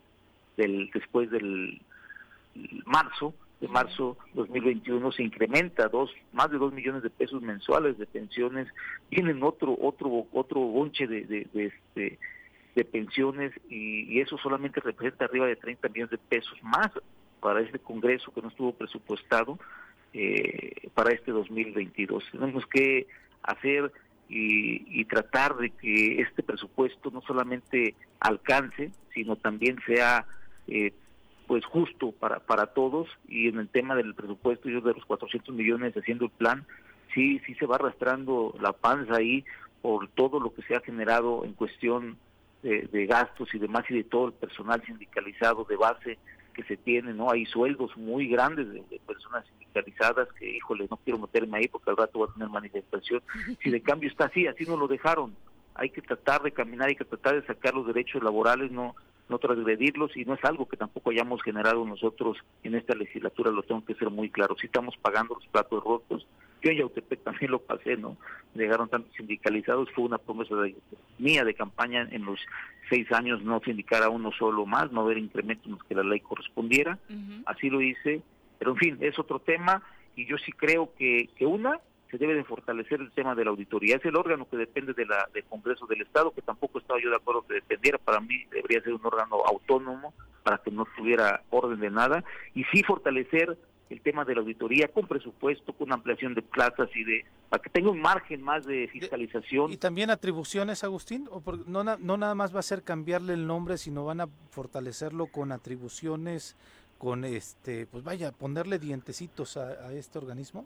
del marzo 2021, se incrementa más de 2 millones de pesos mensuales de pensiones. Tienen otro bonche de pensiones y eso solamente representa arriba de 30 millones de pesos más para este Congreso que no estuvo presupuestado para este 2022. Tenemos que hacer y tratar de que este presupuesto no solamente alcance, sino también sea pues justo para todos. Y en el tema del presupuesto, yo de los 400 millones haciendo el plan, sí se va arrastrando la panza ahí por todo lo que se ha generado en cuestión de gastos y demás, y de todo el personal sindicalizado de base que se tiene, ¿no? Hay sueldos muy grandes de personas sindicalizadas que, híjole, no quiero meterme ahí porque al rato va a tener manifestación. Si de cambio está así nos lo dejaron. Hay que tratar de caminar, hay que tratar de sacar los derechos laborales, no transgredirlos, y no es algo que tampoco hayamos generado nosotros en esta legislatura, lo tengo que ser muy claro. Sí estamos pagando los platos rotos. Yo en Yautepec también lo pasé, ¿no? Llegaron tantos sindicalizados, fue una promesa mía de campaña en los 6 años no sindicar a uno solo más, no haber incrementos en los que la ley correspondiera. Así lo hice, pero en fin, es otro tema, y yo sí creo que se debe de fortalecer el tema de la auditoría. Es el órgano que depende del Congreso del Estado, que tampoco estaba yo de acuerdo que dependiera. Para mí debería ser un órgano autónomo para que no tuviera orden de nada, y sí fortalecer el tema de la auditoría con presupuesto, con ampliación de plazas para que tenga un margen más de fiscalización. ¿Y también atribuciones, Agustín? ¿O no nada más va a ser cambiarle el nombre, sino van a fortalecerlo con atribuciones, con pues vaya, ponerle dientecitos a este organismo?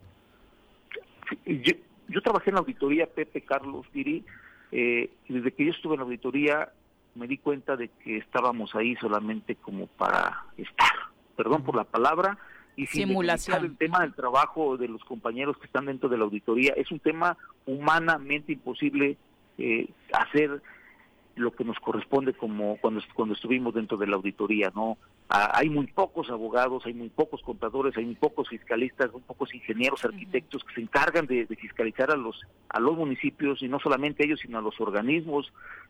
Yo trabajé en la auditoría, Pepe, Carlos, Viri, y desde que yo estuve en la auditoría me di cuenta de que estábamos ahí solamente como para estar, perdón por la palabra, y sin simulación. El tema del trabajo de los compañeros que están dentro de la auditoría es un tema humanamente imposible hacer lo que nos corresponde como cuando estuvimos dentro de la auditoría, ¿no? Hay muy pocos abogados, hay muy pocos contadores, hay muy pocos fiscalistas, muy pocos ingenieros, arquitectos que se encargan de fiscalizar a los municipios, y no solamente a ellos, sino a los organismos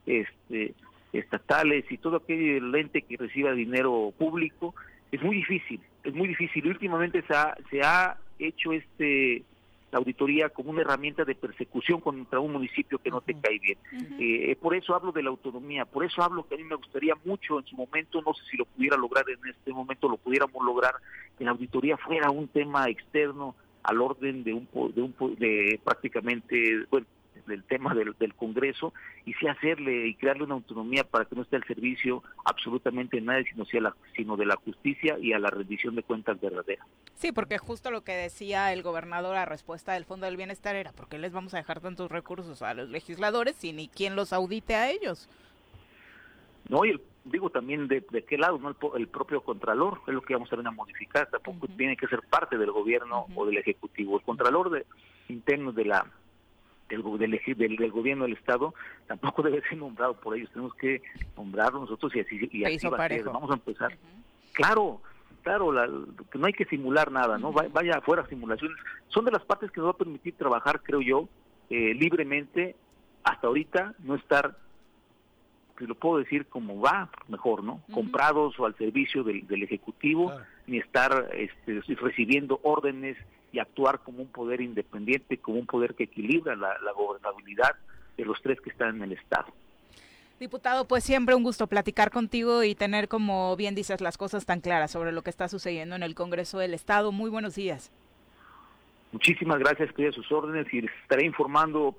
estatales y todo aquel ente que reciba dinero público. Es muy difícil. Y últimamente se ha hecho la auditoría como una herramienta de persecución contra un municipio que no te cae bien. Por eso hablo de la autonomía, por eso hablo que a mí me gustaría mucho en su momento, no sé si lo pudiera lograr en este momento, lo pudiéramos lograr, que la auditoría fuera un tema externo al orden de prácticamente, bueno, del tema del Congreso, y sí hacerle y crearle una autonomía para que no esté al servicio absolutamente de nadie, sino de la justicia y a la rendición de cuentas verdadera. Sí, porque justo lo que decía el gobernador a respuesta del Fondo del Bienestar era: ¿por qué les vamos a dejar tantos recursos a los legisladores si ni quién los audite a ellos? No, y digo también de qué lado, ¿no? El propio Contralor es lo que vamos también a modificar, tampoco tiene que ser parte del gobierno o del Ejecutivo. El Contralor interno del gobierno del Estado tampoco debe ser nombrado por ellos, tenemos que nombrarlo nosotros y así va a ser. Vamos a empezar. Claro, que no hay que simular nada, ¿no? Vaya afuera simulaciones, son de las partes que nos va a permitir trabajar, creo yo, libremente, hasta ahorita, no estar, si lo puedo decir como va, mejor, ¿no? Comprados o al servicio del Ejecutivo, claro. Ni estar recibiendo órdenes y actuar como un poder independiente, como un poder que equilibra la gobernabilidad de los tres que están en el Estado. Diputado, pues siempre un gusto platicar contigo y tener, como bien dices, las cosas tan claras sobre lo que está sucediendo en el Congreso del Estado. Muy buenos días. Muchísimas gracias, estoy a sus órdenes y les estaré informando,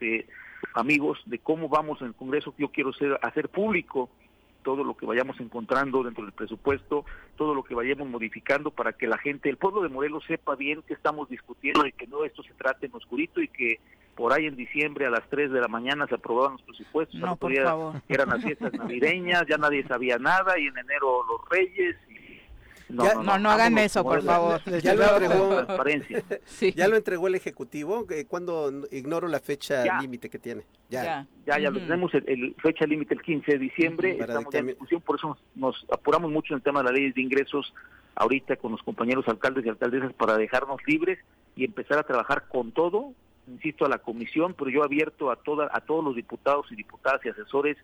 amigos, de cómo vamos en el Congreso. Yo quiero hacer público todo lo que vayamos encontrando dentro del presupuesto, todo lo que vayamos modificando para que la gente, el pueblo de Morelos sepa bien qué estamos discutiendo y que no esto se trate en oscurito y que por ahí en diciembre a las 3 de la mañana se aprobaban los presupuestos. No, por favor. Eran las fiestas navideñas, ya nadie sabía nada y en enero los Reyes. No hagan eso, por favor. Ya lo entregó, sí. Ya lo entregó el Ejecutivo. ¿Cuándo ignoro la fecha límite que tiene? Ya lo tenemos, fecha límite el 15 de diciembre. Estamos ya en discusión, por eso nos apuramos mucho en el tema de las leyes de ingresos ahorita con los compañeros alcaldes y alcaldesas para dejarnos libres y empezar a trabajar con todo, insisto, a la comisión, pero yo abierto a todos los diputados y diputadas y asesores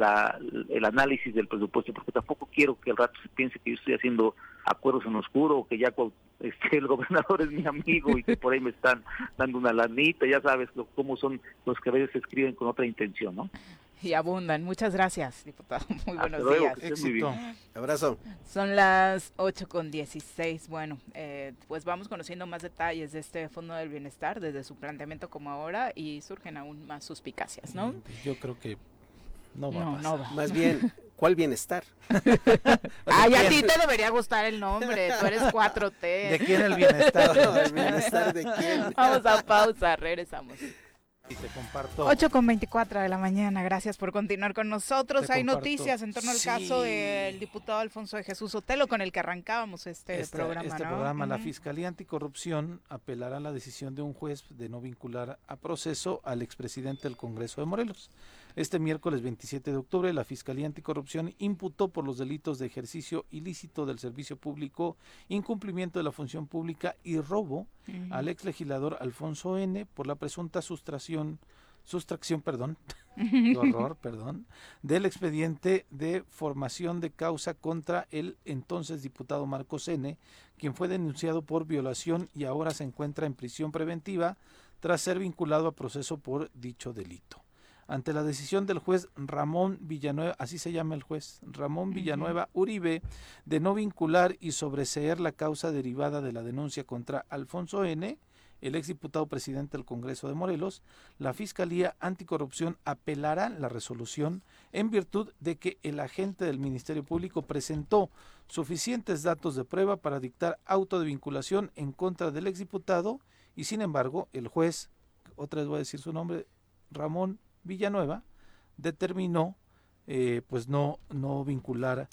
el análisis del presupuesto, porque tampoco quiero que al rato se piense que yo estoy haciendo acuerdos en oscuro, o que ya el gobernador es mi amigo y que por ahí me están dando una lanita, ya sabes cómo son los que a veces se escriben con otra intención, ¿no? Y abundan. Muchas gracias, diputado. Muy buenos días. Éxito. Abrazo. Son las 8:16. Bueno, pues vamos conociendo más detalles de este Fondo del Bienestar desde su planteamiento como ahora y surgen aún más suspicacias, ¿no? Yo creo que no va. Más bien, ¿cuál bienestar? Ay, a ti te debería gustar el nombre, tú eres 4T. ¿De quién el bienestar? ¿El bienestar de quién? Vamos a pausa, regresamos. Y te comparto. 8:24 de la mañana, gracias por continuar con nosotros. Hay noticias en torno al caso del diputado Alfonso de Jesús Sotelo, con el que arrancábamos este programa, ¿no? La Fiscalía Anticorrupción apelará a la decisión de un juez de no vincular a proceso al expresidente del Congreso de Morelos. Este miércoles 27 de octubre, la Fiscalía Anticorrupción imputó por los delitos de ejercicio ilícito del servicio público, incumplimiento de la función pública y robo al ex legislador Alfonso N. por la presunta sustracción, del expediente de formación de causa contra el entonces diputado Marcos N., quien fue denunciado por violación y ahora se encuentra en prisión preventiva tras ser vinculado a proceso por dicho delito. Ante la decisión del juez Ramón Villanueva, así se llama el juez, Ramón Villanueva Uribe, de no vincular y sobreseer la causa derivada de la denuncia contra Alfonso N., el exdiputado presidente del Congreso de Morelos, la Fiscalía Anticorrupción apelará la resolución en virtud de que el agente del Ministerio Público presentó suficientes datos de prueba para dictar auto de vinculación en contra del exdiputado y, sin embargo, el juez, otra vez voy a decir su nombre, Ramón Villanueva, determinó pues no vincular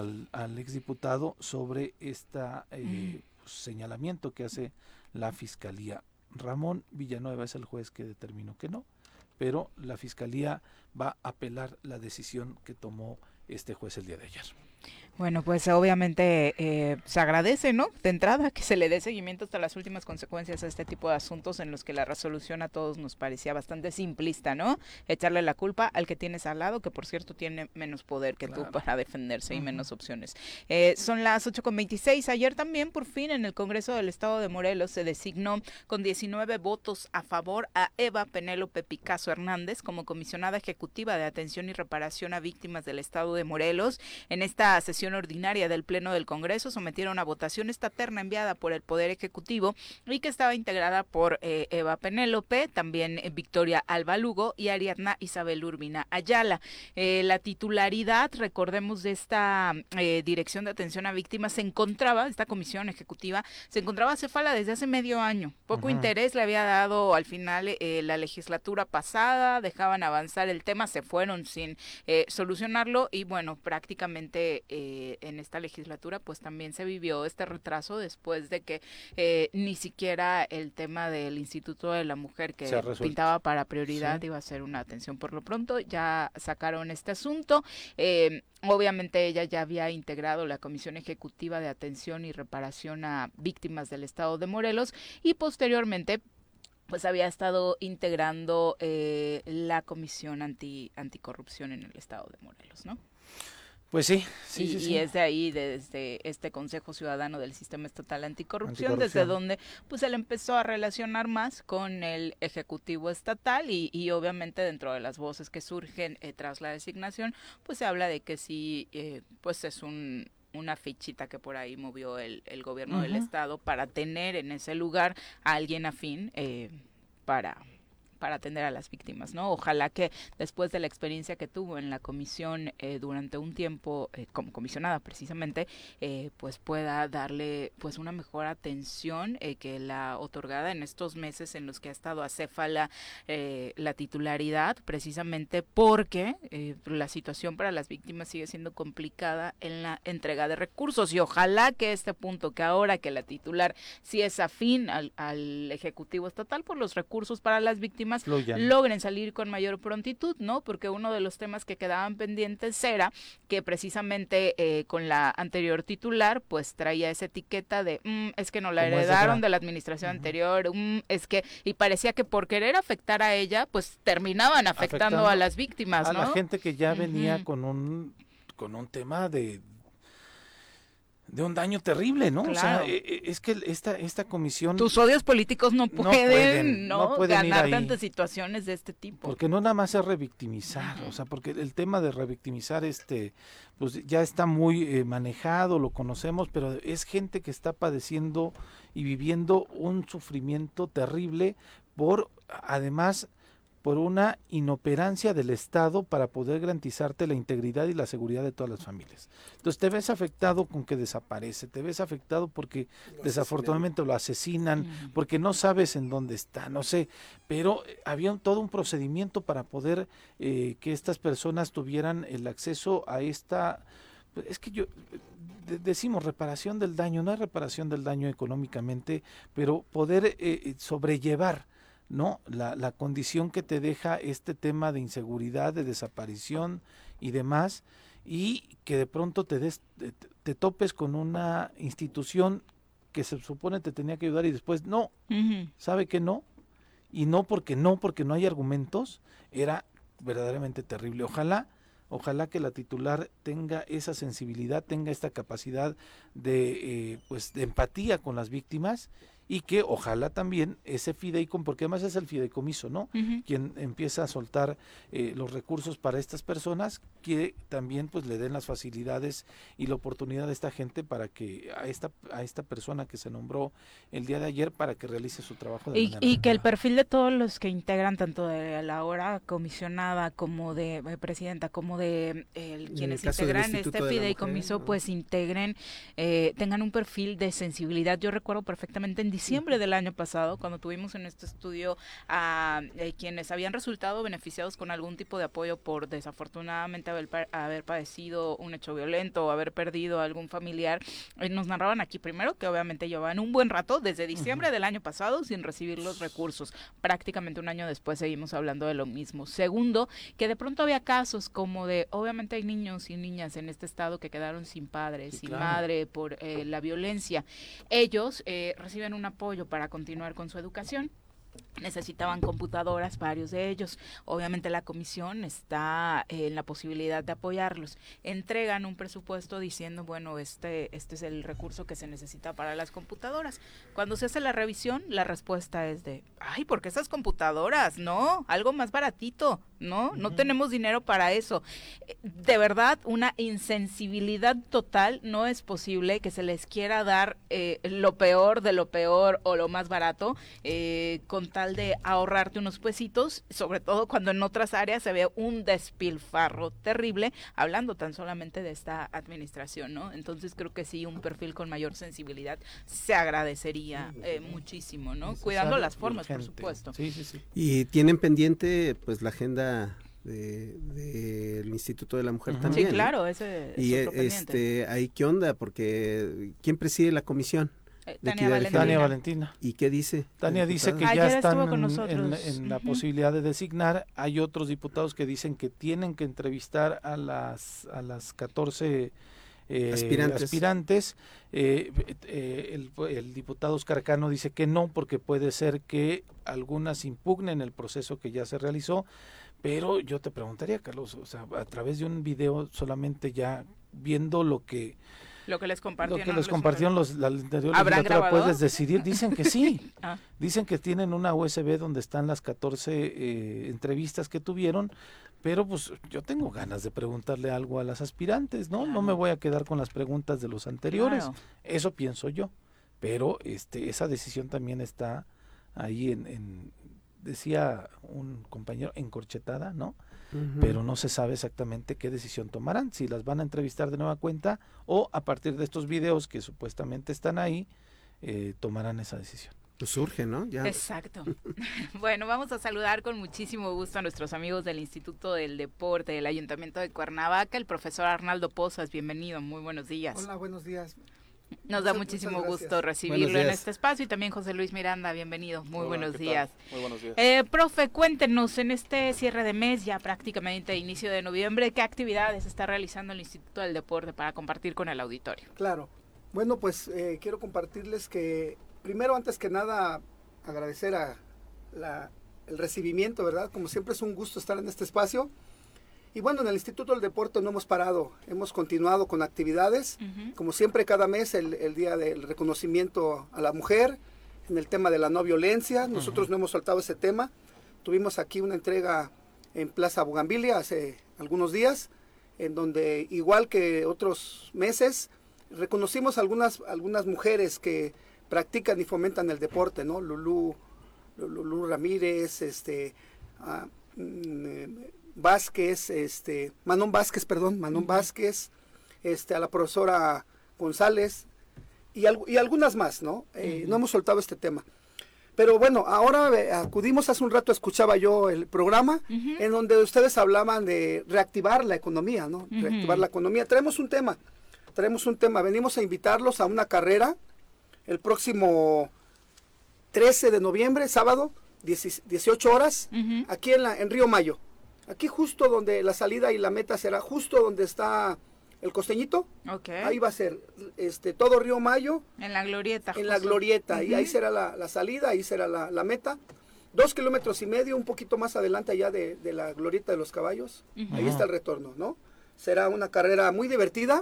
al exdiputado sobre esta señalamiento que hace la Fiscalía. Ramón Villanueva es el juez que determinó que no, pero la Fiscalía va a apelar la decisión que tomó este juez el día de ayer. Bueno, pues obviamente se agradece, ¿no? De entrada que se le dé seguimiento hasta las últimas consecuencias a este tipo de asuntos en los que la resolución a todos nos parecía bastante simplista, ¿no? Echarle la culpa al que tienes al lado, que por cierto tiene menos poder que tú para defenderse y menos opciones. Son las 8:26. Ayer también, por fin, en el Congreso del Estado de Morelos se designó con 19 votos a favor a Eva Penélope Picasso Hernández como comisionada ejecutiva de atención y reparación a víctimas del Estado de Morelos. En esta sesión ordinaria del Pleno del Congreso sometieron a votación esta terna enviada por el Poder Ejecutivo y que estaba integrada por Eva Penélope, también Victoria Alba Lugo y Ariadna Isabel Urbina Ayala. La titularidad, recordemos, de esta Dirección de Atención a Víctimas esta comisión ejecutiva, se encontraba acéfala desde hace medio año. Poco interés le había dado al final la legislatura pasada, dejaban avanzar el tema, se fueron sin solucionarlo y bueno, prácticamente en esta legislatura pues también se vivió este retraso después de que ni siquiera el tema del Instituto de la Mujer que pintaba para prioridad iba a ser una atención. Por lo pronto ya sacaron este asunto. Obviamente ella ya había integrado la Comisión Ejecutiva de Atención y Reparación a Víctimas del Estado de Morelos y posteriormente pues había estado integrando la Comisión Anticorrupción en el Estado de Morelos, ¿no? Pues sí, y es de ahí, desde este Consejo Ciudadano del Sistema Estatal Anticorrupción, desde donde pues él empezó a relacionar más con el Ejecutivo Estatal y obviamente dentro de las voces que surgen tras la designación, pues se habla de que sí, pues es una fichita que por ahí movió el gobierno del Estado para tener en ese lugar a alguien afín para atender a las víctimas, ¿no? Ojalá que después de la experiencia que tuvo en la comisión durante un tiempo como comisionada precisamente, pues pueda darle pues una mejor atención que la otorgada en estos meses en los que ha estado acéfala la titularidad, precisamente porque la situación para las víctimas sigue siendo complicada en la entrega de recursos, y ojalá que este punto, que ahora que la titular sí es afín al Ejecutivo Estatal, por los recursos para las víctimas logren salir con mayor prontitud, ¿no? Porque uno de los temas que quedaban pendientes era que precisamente con la anterior titular pues traía esa etiqueta de es que no la heredaron de la administración anterior, es que, y parecía que por querer afectar a ella pues terminaban afectando a las víctimas, ¿no? A la gente que ya venía con un tema de un daño terrible, ¿no? Claro. O sea, es que esta comisión... Tus odios políticos no pueden ganarte ir ante situaciones de este tipo. Porque no nada más es revictimizar, o sea, porque el tema de revictimizar pues ya está muy manejado, lo conocemos, pero es gente que está padeciendo y viviendo un sufrimiento terrible además por una inoperancia del Estado para poder garantizarte la integridad y la seguridad de todas las familias. Entonces te ves afectado con que desaparece, te ves afectado porque desafortunadamente lo asesinan, porque no sabes en dónde está, no sé, pero había todo un procedimiento para poder que estas personas tuvieran el acceso a esta... Es que decimos reparación del daño, no es reparación del daño económicamente, pero poder sobrellevar, ¿no? La condición que te deja este tema de inseguridad, de desaparición y demás, y que de pronto te topes con una institución que se supone te tenía que ayudar y después no, sabe que no, y no porque no hay argumentos, era verdaderamente terrible. Ojalá que la titular tenga esa sensibilidad, tenga esta capacidad de empatía con las víctimas, y que ojalá también ese fideicomiso, porque además es el fideicomiso, ¿no? Quien empieza a soltar los recursos para estas personas, que también pues le den las facilidades y la oportunidad a esta gente para que a esta persona que se nombró el día de ayer, para que realice su trabajo de manera y que el perfil de todos los que integran, tanto de la ahora comisionada como de presidenta, como de quienes integran este fideicomiso, pues integren, tengan un perfil de sensibilidad. Yo recuerdo perfectamente en diciembre del año pasado, cuando tuvimos en este estudio a quienes habían resultado beneficiados con algún tipo de apoyo por desafortunadamente haber padecido un hecho violento o haber perdido a algún familiar, nos narraban aquí primero que obviamente llevaban un buen rato desde diciembre del año pasado sin recibir los recursos. Prácticamente un año después seguimos hablando de lo mismo. Segundo, que de pronto había casos como de, obviamente hay niños y niñas en este estado que quedaron sin padres, sin madre por la violencia. Ellos reciben un apoyo para continuar con su educación. Necesitaban computadoras, varios de ellos. Obviamente la comisión está en la posibilidad de apoyarlos. Entregan un presupuesto diciendo, bueno, este es el recurso que se necesita para las computadoras. Cuando se hace la revisión, la respuesta es de, ay, ¿por qué esas computadoras? No, algo más baratito, ¿no? No tenemos dinero para eso. De verdad, una insensibilidad total. No es posible que se les quiera dar lo peor de lo peor o lo más barato con tal de ahorrarte unos pesitos, sobre todo cuando en otras áreas se ve un despilfarro terrible, hablando tan solamente de esta administración, ¿no? Entonces creo que sí, un perfil con mayor sensibilidad se agradecería muchísimo, ¿no? Cuidando las formas, por supuesto. Sí. Y tienen pendiente pues la agenda del Instituto de la Mujer también. Sí, claro, ese es otro pendiente. Ahí qué onda, porque ¿quién preside la comisión? Tania Valentina. ¿Y qué dice? Tania dice que ayer ya están en la posibilidad de designar. Hay otros diputados que dicen que tienen que entrevistar a las 14 aspirantes. El diputado Oscar Cano dice que no, porque puede ser que algunas impugnen el proceso que ya se realizó. Pero yo te preguntaría, Carlos, o sea, a través de un video solamente ya viendo lo que les compartieron, la anterior ¿Habrán legislatura, grabado? puedes decidir. Dicen que sí. Ah. Dicen que tienen una USB donde están las 14 entrevistas que tuvieron, pero pues yo tengo ganas de preguntarle algo a las aspirantes, ¿no? Claro. No me voy a quedar con las preguntas de los anteriores. Claro. Eso pienso yo. Pero esa decisión también está ahí decía un compañero, encorchetada, ¿no? Pero no se sabe exactamente qué decisión tomarán, si las van a entrevistar de nueva cuenta o a partir de estos videos que supuestamente están ahí, tomarán esa decisión. Pues surge, ¿no? Ya. Exacto. Bueno, vamos a saludar con muchísimo gusto a nuestros amigos del Instituto del Deporte del Ayuntamiento de Cuernavaca, el profesor Arnaldo Pozas, bienvenido, muy buenos días. Hola, buenos días. Nos da muchísimo gusto recibirlo en este espacio y también José Luis Miranda, bienvenido, muy buenos días. Muy buenos días. Profe, cuéntenos, en este cierre de mes, ya prácticamente inicio de noviembre, ¿qué actividades está realizando el Instituto del Deporte para compartir con el auditorio? Claro. Bueno, pues quiero compartirles que, primero, antes que nada, agradecer el recibimiento, ¿verdad? Como siempre es un gusto estar en este espacio. Y bueno, en el Instituto del Deporte no hemos parado, hemos continuado con actividades, como siempre cada mes el día del reconocimiento a la mujer, en el tema de la no violencia, nosotros no hemos soltado ese tema, tuvimos aquí una entrega en Plaza Bugambilia hace algunos días, en donde igual que otros meses, reconocimos algunas mujeres que practican y fomentan el deporte, ¿no? Lulú Ramírez, Vázquez, Manon Vázquez, a la profesora González y algunas más, ¿no? No hemos soltado este tema. Pero bueno, ahora acudimos, hace un rato escuchaba yo el programa en donde ustedes hablaban de reactivar la economía, ¿no? Reactivar la economía. Traemos un tema, venimos a invitarlos a una carrera el próximo 13 de noviembre, sábado, 18 horas, aquí en Río Mayo. Aquí justo donde la salida y la meta será justo donde está el Costeñito. Okay. Ahí va a ser todo Río Mayo. En la glorieta. En la glorieta. Y ahí será la salida, ahí será la meta. 2,5 kilómetros, un poquito más adelante allá de la glorieta de los caballos. Ahí está el retorno, ¿no? Será una carrera muy divertida.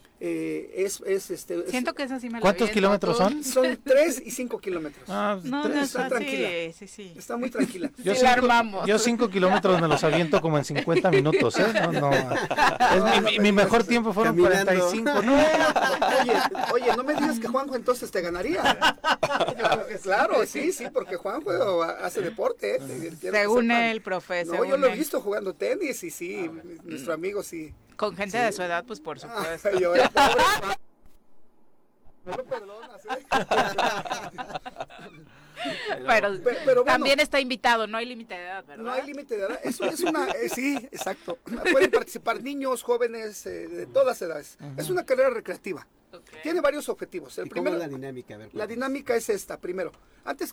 Siento que esa sí me la ¿Cuántos vi, kilómetros son? Son 3 y 5 kilómetros. Está tranquila. Sí. Está muy tranquila. Yo 5 kilómetros me los aviento como en 50 minutos, ¿eh? Mi mejor tiempo fueron Caminando. 45. No. Oye, no me digas que Juanjo entonces te ganaría. Claro, sí, porque Juanjo hace deporte. Según el profe. No, yo lo he visto jugando tenis y sí, nuestro amigo sí. Con gente de su edad, pues por supuesto. Ay, pobre. No lo perdonas, Pero bueno, también está invitado, no hay límite de edad, ¿verdad? No hay límite de edad. Eso es una... sí, exacto. Pueden participar niños, jóvenes, de todas edades. Es una carrera recreativa. Okay. Tiene varios objetivos. ¿Y cómo es la dinámica? A ver, la dinámica es esta. Primero, antes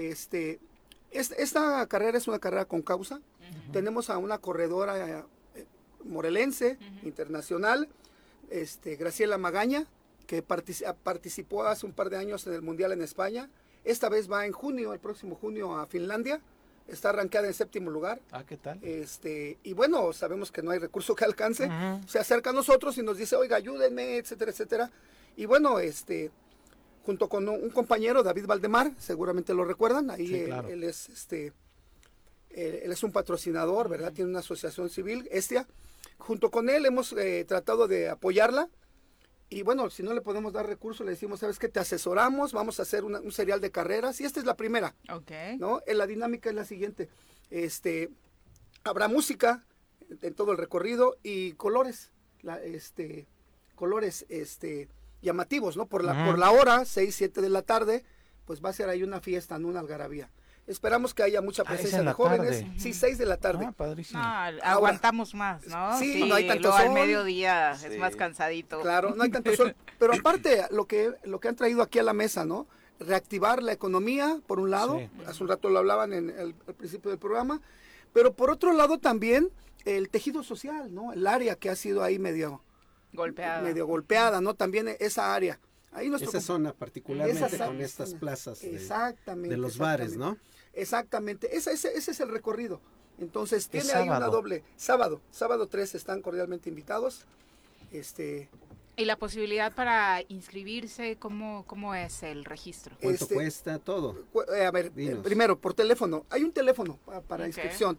esta carrera es una carrera con causa. Tenemos a una corredora morelense, internacional, Graciela Magaña, que participó hace un par de años en el Mundial en España. Esta vez va en junio, el próximo junio, a Finlandia. Está rankeada en 7º lugar. ¿Qué tal? Y bueno, sabemos que no hay recurso que alcance. Se acerca a nosotros y nos dice, oiga, ayúdenme, etcétera, etcétera. Y bueno, junto con un compañero, David Valdemar, seguramente lo recuerdan, ahí sí, claro. Él es un patrocinador, ¿verdad? Tiene una asociación civil, Estia. Junto con él hemos tratado de apoyarla. Y bueno, si no le podemos dar recursos, le decimos, ¿sabes qué? Te asesoramos, vamos a hacer un serial de carreras. Y esta es la primera. Okay. ¿No? La dinámica es la siguiente. Habrá música en todo el recorrido y colores. Colores llamativos, ¿no? Por la hora, 6, 7 de la tarde, pues va a ser ahí una fiesta, ¿no? Una algarabía. Esperamos que haya mucha presencia de jóvenes. Tarde. Sí, 6 de la tarde. Padrísimo. Aguantamos más, ¿no? Sí, no hay tanto sol. Al mediodía es más cansadito. Claro, no hay tanto sol. Pero aparte, lo que han traído aquí a la mesa, ¿no? Reactivar la economía, por un lado. Sí. Hace un rato lo hablaban al principio del programa. Pero por otro lado también, el tejido social, ¿no? El área que ha sido ahí medio golpeada, ¿no? También esa área. Ahí esa zona particularmente con estas plazas de los bares, ¿no? Exactamente, ese es el recorrido. Entonces tiene ahí una doble, sábado 3 están cordialmente invitados. ¿Y la posibilidad para inscribirse, cómo es el registro? ¿Cuánto cuesta todo? A ver, primero, por teléfono. Hay un teléfono para inscripción.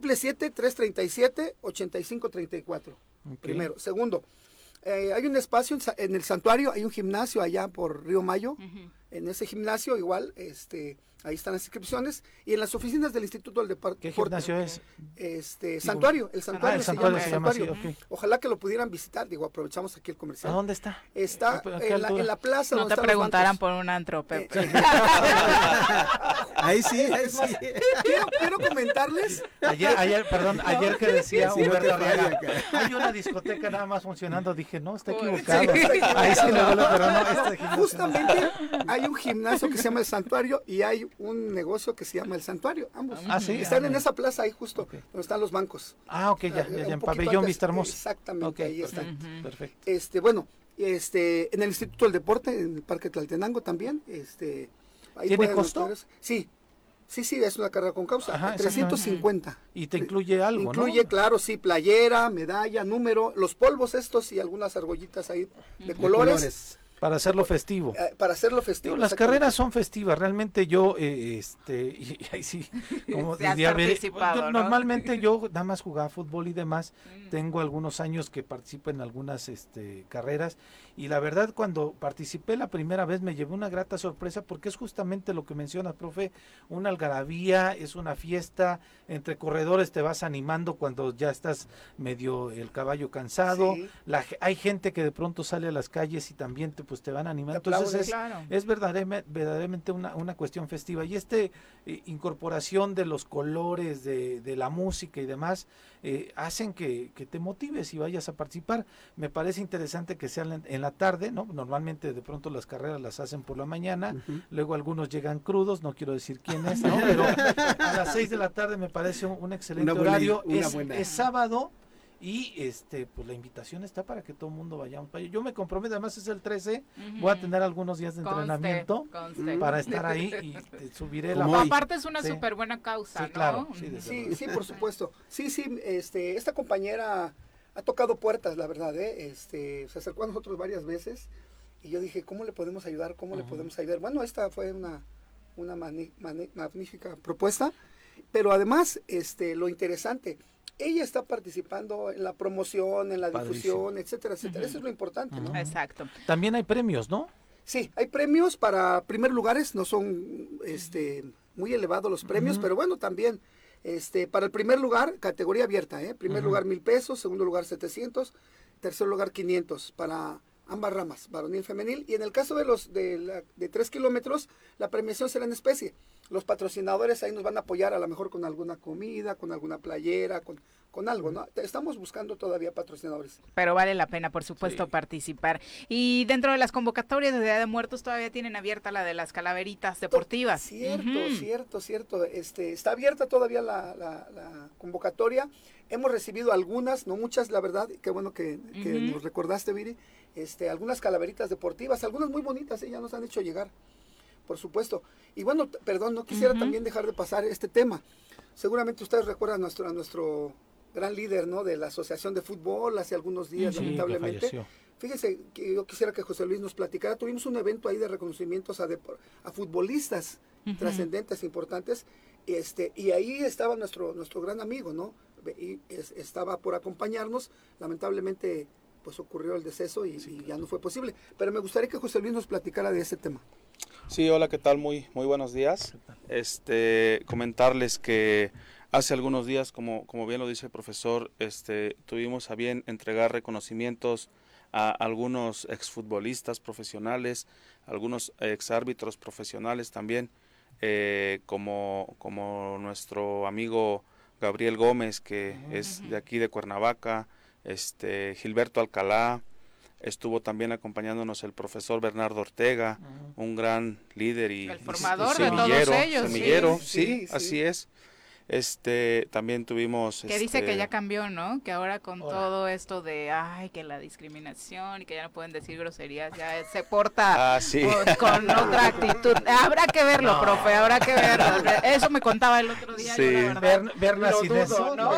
777-337-8534. Okay. Primero. Segundo, hay un espacio en el santuario, hay un gimnasio allá por Río Mayo. En ese gimnasio igual, ahí están las inscripciones, y en las oficinas del Instituto del Deporte. ¿Qué gimnasio es? Santuario, el santuario, el santuario se llama así, okay. Ojalá que lo pudieran visitar, aprovechamos aquí el comercial. ¿A dónde está? Está en la plaza. No te preguntaran por un antro, Pepe. Sí. Ahí sí. Quiero comentarles. Ayer que decía Humberto Arriaga, hay una discoteca nada más funcionando, dije, no, está equivocado. Sí. Ahí sí le duele, pero no, justamente hay un gimnasio que se llama el Santuario y hay un negocio que se llama el Santuario, ambos. ¿Sí? Están en esa plaza ahí justo, donde están los bancos. Ok, ya en Pabellón Vista Hermosa. Exactamente, ahí están. Perfecto. En el Instituto del Deporte, en el Parque Tlaltenango también, ahí ¿Tiene costo? Sí, es una carrera con causa. Ajá, 350. ¿Y te incluye algo, Incluye, no? claro, sí, playera, medalla, número, los polvos estos y algunas argollitas ahí de colores. Para hacerlo festivo. Para hacerlo festivo. Las carreras son festivas, realmente yo, y ahí sí, como diría, ¿no? Normalmente yo nada más jugaba fútbol y demás, tengo algunos años que participo en algunas carreras, y la verdad cuando participé la primera vez me llevé una grata sorpresa, porque es justamente lo que mencionas, profe, una algarabía, es una fiesta, entre corredores te vas animando cuando ya estás medio el caballo cansado, sí. Hay gente que de pronto sale a las calles y también te van animando, entonces es verdaderamente una cuestión festiva, y incorporación de los colores, de la música y demás, hacen que te motives y vayas a participar. Me parece interesante que sean en la tarde, ¿no? Normalmente de pronto las carreras las hacen por la mañana, luego algunos llegan crudos, no quiero decir quién es, ¿no? Pero a las 6 de la tarde me parece un excelente horario, es sábado. Y pues la invitación está para que todo el mundo vayamos. Yo me comprometo, además es el 13, voy a tener algunos días de entrenamiento para estar ahí y subiré aparte es una súper buena causa, sí, ¿no? Claro, sí, por supuesto. Sí, esta compañera ha tocado puertas, la verdad, se acercó a nosotros varias veces y yo dije, ¿cómo le podemos ayudar? ¿Cómo le podemos ayudar? Bueno, esta fue una magnífica propuesta, pero además, lo interesante, ella está participando en la promoción, en la difusión, etcétera. Eso es lo importante, ¿no? Exacto. También hay premios, ¿no? Sí, hay premios para primer lugares, no son muy elevados los premios, pero bueno, también para el primer lugar, categoría abierta, primer lugar 1,000 pesos, segundo lugar 700, tercer lugar 500 para ambas ramas, varonil y femenil, y en el caso de 3 kilómetros, la premiación será en especie. Los patrocinadores ahí nos van a apoyar a lo mejor con alguna comida, con alguna playera, con algo, ¿no? Estamos buscando todavía patrocinadores. Pero vale la pena, por supuesto, participar. Y dentro de las convocatorias de Día de Muertos todavía tienen abierta la de las calaveritas deportivas. Cierto. Está abierta todavía la convocatoria. Hemos recibido algunas, no muchas, la verdad, qué bueno que nos recordaste, Viri, algunas calaveritas deportivas, algunas muy bonitas, ya nos han hecho llegar, por supuesto. Y bueno, perdón, no quisiera también dejar de pasar este tema. Seguramente ustedes recuerdan a nuestro gran líder, ¿no?, de la Asociación de Fútbol hace algunos días, lamentablemente. Fíjese que yo quisiera que José Luis nos platicara. Tuvimos un evento ahí de reconocimientos a futbolistas trascendentes, importantes, y ahí estaba nuestro gran amigo, ¿no? Y estaba por acompañarnos. Lamentablemente pues ocurrió el deceso y ya no fue posible, pero me gustaría que José Luis nos platicara de ese tema. Sí, hola, ¿qué tal? Muy buenos días. Comentarles que hace algunos días, como bien lo dice el profesor, tuvimos a bien entregar reconocimientos a algunos exfutbolistas profesionales, algunos exárbitros profesionales también, como nuestro amigo Gabriel Gómez, que es de aquí de Cuernavaca, Gilberto Alcalá, estuvo también acompañándonos el profesor Bernardo Ortega, un gran líder y el formador semillero, de todos ellos. Semillero, sí, así es. También tuvimos... Que dice que ya cambió, ¿no? Que ahora con todo esto de, que la discriminación y que ya no pueden decir groserías, ya se porta sí. con otra actitud. Habrá que verlo, profe, habrá que verlo. Eso me contaba el otro día. Sí. Yo, la verdad, Verla sin dudo, eso, ¿no?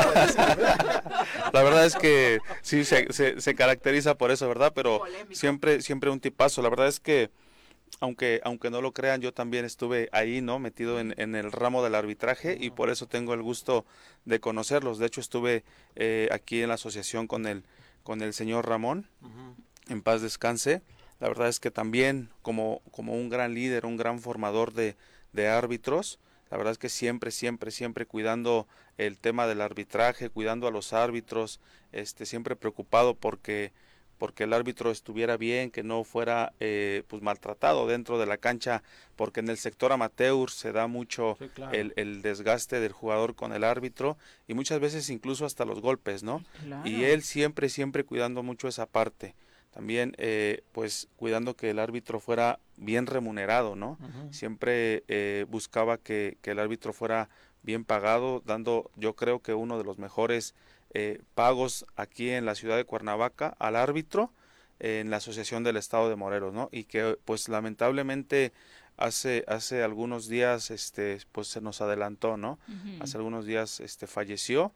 La verdad es que sí, se caracteriza por eso, ¿verdad? Pero Polémico. siempre un tipazo. La verdad es que, aunque no lo crean, yo también estuve ahí, ¿no? Metido en el ramo del arbitraje y por eso tengo el gusto de conocerlos. De hecho, estuve aquí en la asociación con el señor Ramón, en paz descanse. La verdad es que también como un gran líder, un gran formador de árbitros, la verdad es que siempre cuidando el tema del arbitraje, cuidando a los árbitros, siempre preocupado porque el árbitro estuviera bien, que no fuera pues maltratado dentro de la cancha, porque en el sector amateur se da mucho el desgaste del jugador con el árbitro y muchas veces incluso hasta los golpes, ¿no? Claro. Y él siempre cuidando mucho esa parte. También pues cuidando que el árbitro fuera bien remunerado, ¿no? Siempre buscaba que el árbitro fuera bien pagado, dando yo creo que uno de los mejores pagos aquí en la ciudad de Cuernavaca al árbitro en la Asociación del Estado de Morelos, ¿no? Y que pues lamentablemente hace algunos días pues se nos adelantó, ¿no? Hace algunos días falleció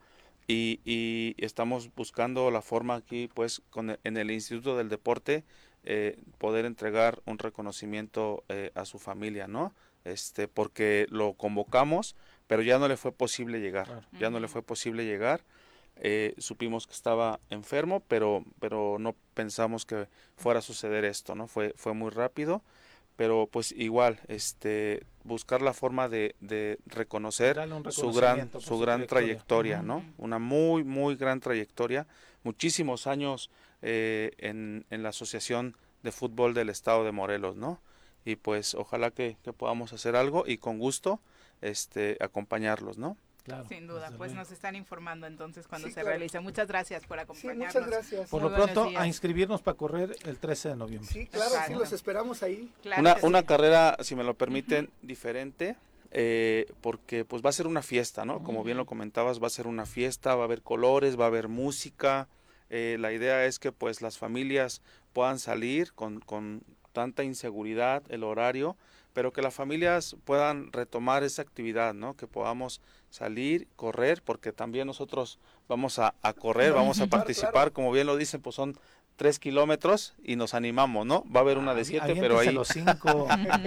y estamos buscando la forma aquí pues en el Instituto del Deporte poder entregar un reconocimiento a su familia, ¿no? Porque lo convocamos, pero ya no le fue posible llegar, ya no le fue posible llegar. Supimos que estaba enfermo, pero no pensamos que fuera a suceder esto, ¿no? Fue muy rápido, pero pues igual, buscar la forma de reconocer su gran trayectoria, ¿no? Una muy gran trayectoria, muchísimos años en la Asociación de Fútbol del Estado de Morelos, ¿no? Y pues ojalá que podamos hacer algo y con gusto acompañarlos, ¿no? Claro, sin duda, pues nos están informando entonces cuando se realice. Muchas gracias por acompañarnos. Sí, muchas gracias. Por lo pronto, a inscribirnos para correr el 13 de noviembre. Sí, claro, sí, los esperamos ahí. Claro una carrera, si me lo permiten, diferente, porque pues va a ser una fiesta, ¿no? Como bien lo comentabas, va a ser una fiesta, va a haber colores, va a haber música. La idea es que pues las familias puedan salir con tanta inseguridad, el horario, pero que las familias puedan retomar esa actividad, ¿no? Que podamos salir, correr, porque también nosotros vamos a correr, vamos a participar, claro. Como bien lo dicen, pues son 3 kilómetros y nos animamos, ¿no? Va a haber una de 7, pero ahí... los 5.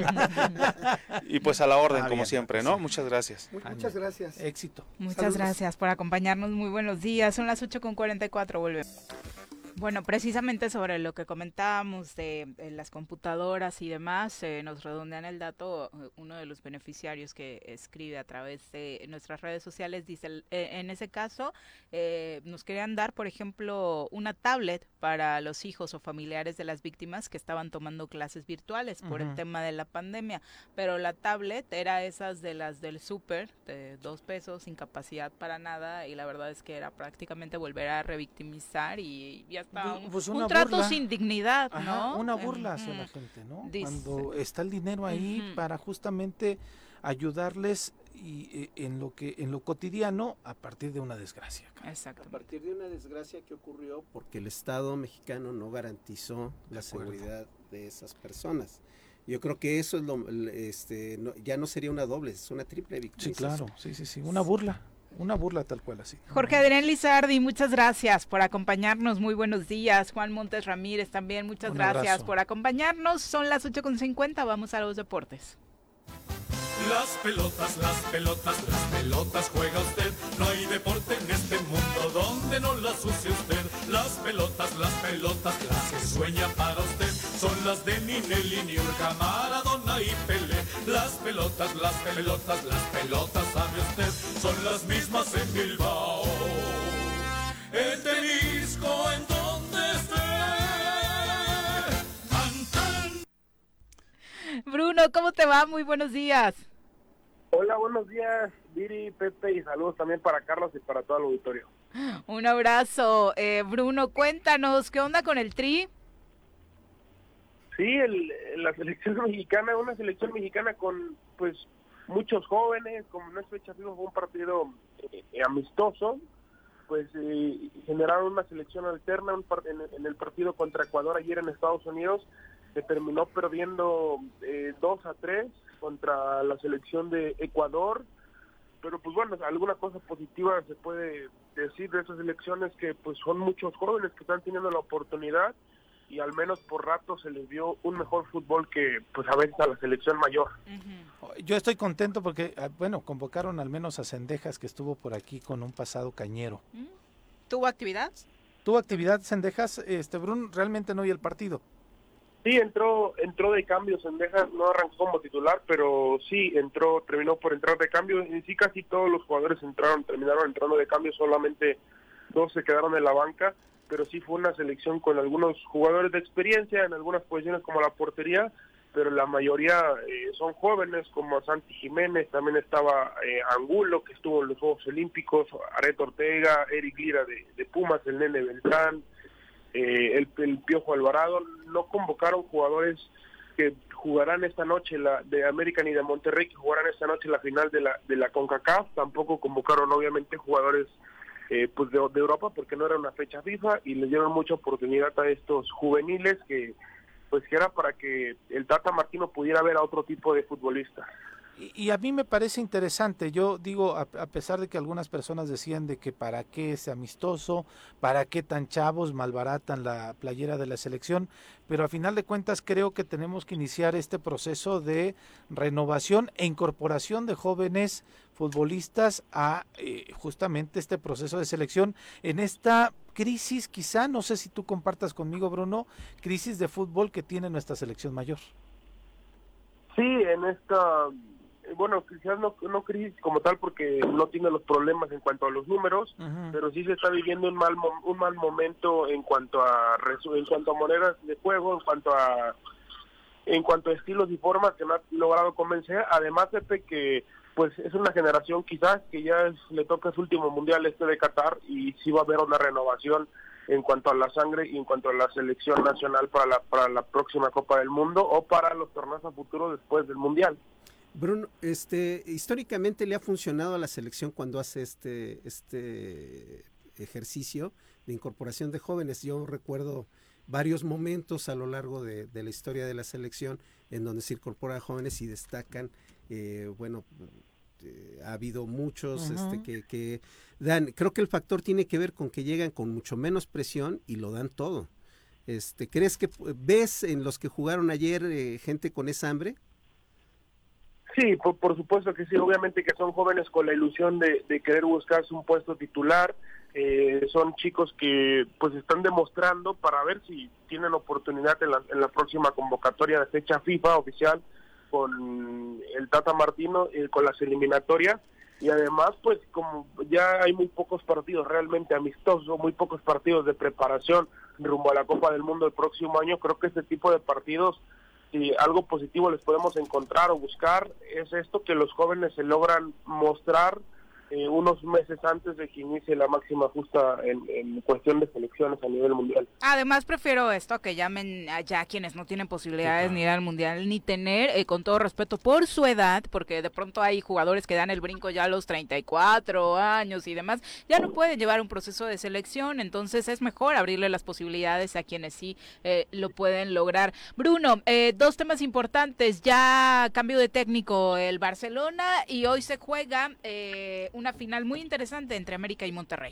Y pues a la orden, como siempre, ¿no? Muchas gracias. Muchas gracias. Éxito. Muchas gracias por acompañarnos. Muy buenos días. Son las 8:44, volvemos. Bueno, precisamente sobre lo que comentábamos de las computadoras y demás, nos redondean el dato, uno de los beneficiarios que escribe a través de nuestras redes sociales, dice, en ese caso, nos querían dar, por ejemplo, una tablet para los hijos o familiares de las víctimas que estaban tomando clases virtuales por el tema de la pandemia, pero la tablet era esas de las del súper, de 2 pesos, sin capacidad para nada, y la verdad es que era prácticamente volver a revictimizar y ya pues un trato sin dignidad, ¿no? Ajá, una burla hacia la gente, ¿no? Cuando está el dinero ahí para justamente ayudarles y en lo cotidiano a partir de una desgracia. Exacto. A partir de una desgracia que ocurrió porque el Estado mexicano no garantizó la seguridad de esas personas. Yo creo que eso es ya no sería una doble, es una triple victoria. Sí, claro, sí, una burla. Una burla tal cual así. Jorge Adrián Lizardi, muchas gracias por acompañarnos. Muy buenos días. Juan Montes Ramírez también, muchas gracias por acompañarnos. Son las 8:50, vamos a los deportes. Las pelotas juega usted. No hay deporte en este mundo donde no las use usted. Las pelotas, las que sueña para usted. Son las de Ninelli, Niurka, Maradona y Pelé. Las pelotas, sabe usted, son las mismas en Bilbao. El Tenisco en donde esté. Bruno, ¿cómo te va? Muy buenos días. Hola, buenos días, Viri, Pepe, y saludos también para Carlos y para todo el auditorio. Un abrazo. Bruno, cuéntanos, ¿qué onda con el Tri? Sí, la selección mexicana, una selección mexicana con, pues, muchos jóvenes, como no es fecha FIFA, fue un partido amistoso, pues generaron una selección alterna en el partido contra Ecuador ayer en Estados Unidos, que terminó perdiendo 2-3 contra la selección de Ecuador, pero pues bueno, alguna cosa positiva se puede decir de esas elecciones, que pues son muchos jóvenes que están teniendo la oportunidad y al menos por rato se les dio un mejor fútbol que pues a veces a la selección mayor. Yo estoy contento porque, bueno, convocaron al menos a Cendejas, que estuvo por aquí con un pasado cañero. ¿Tuvo actividad? ¿Tuvo actividad Cendejas? Bruno, realmente no vi el partido. Sí, entró de cambio Cendejas, no arrancó como titular, pero sí terminó por entrar de cambio, y sí casi todos los jugadores terminaron entrando de cambio, solamente 2 se quedaron en la banca, pero sí fue una selección con algunos jugadores de experiencia en algunas posiciones como la portería, pero la mayoría son jóvenes, como Santi Jiménez, también estaba Angulo, que estuvo en los Juegos Olímpicos, Aret Ortega, Eric Lira de Pumas, el Nene Beltrán, el Piojo Alvarado. No convocaron jugadores que jugarán esta noche de América ni de Monterrey, que jugarán esta noche la final de la CONCACAF. Tampoco convocaron obviamente jugadores pues de Europa, porque no era una fecha FIFA, y le dieron mucha oportunidad a estos juveniles que era para que el Tata Martino pudiera ver a otro tipo de futbolistas. Y a mí me parece interesante, yo digo, a pesar de que algunas personas decían de que para qué ese amistoso, para qué tan chavos malbaratan la playera de la selección, pero a final de cuentas creo que tenemos que iniciar este proceso de renovación e incorporación de jóvenes futbolistas a justamente este proceso de selección en esta crisis, quizá, no sé si tú compartas conmigo, Bruno, crisis de fútbol que tiene nuestra selección mayor. Sí, en esta... Bueno, quizás no crisis como tal, porque no tiene los problemas en cuanto a los números, pero sí se está viviendo un mal momento en cuanto a maneras de juego, en cuanto a estilos y formas que no ha logrado convencer. Además, Pepe, que pues es una generación quizás que ya le toca su último mundial de Qatar, y sí va a haber una renovación en cuanto a la sangre y en cuanto a la selección nacional para la próxima Copa del Mundo o para los torneos a futuro después del mundial. Bruno, históricamente le ha funcionado a la selección cuando hace este ejercicio de incorporación de jóvenes. Yo recuerdo varios momentos a lo largo de la historia de la selección en donde se incorporan jóvenes y destacan. Ha habido muchos que dan. Creo que el factor tiene que ver con que llegan con mucho menos presión y lo dan todo. ¿Crees que ves en los que jugaron ayer gente con esa hambre? Sí, por supuesto que sí, obviamente que son jóvenes con la ilusión de querer buscarse un puesto titular, son chicos que pues están demostrando para ver si tienen oportunidad en la próxima convocatoria de fecha FIFA oficial con el Tata Martino, con las eliminatorias, y además pues como ya hay muy pocos partidos realmente amistosos, muy pocos partidos de preparación rumbo a la Copa del Mundo el próximo año, creo que este tipo de partidos, si algo positivo les podemos encontrar o buscar, es esto, que los jóvenes se logran mostrar unos meses antes de que inicie la máxima justa en cuestión de selecciones a nivel mundial. Además, prefiero esto, que llamen allá quienes no tienen posibilidades ni ir al mundial, ni tener, con todo respeto, por su edad, porque de pronto hay jugadores que dan el brinco ya a los 34 años y demás, ya no pueden llevar un proceso de selección, entonces es mejor abrirle las posibilidades a quienes sí lo pueden lograr. Bruno, 2 temas importantes, ya cambio de técnico el Barcelona, y hoy se juega una final muy interesante entre América y Monterrey.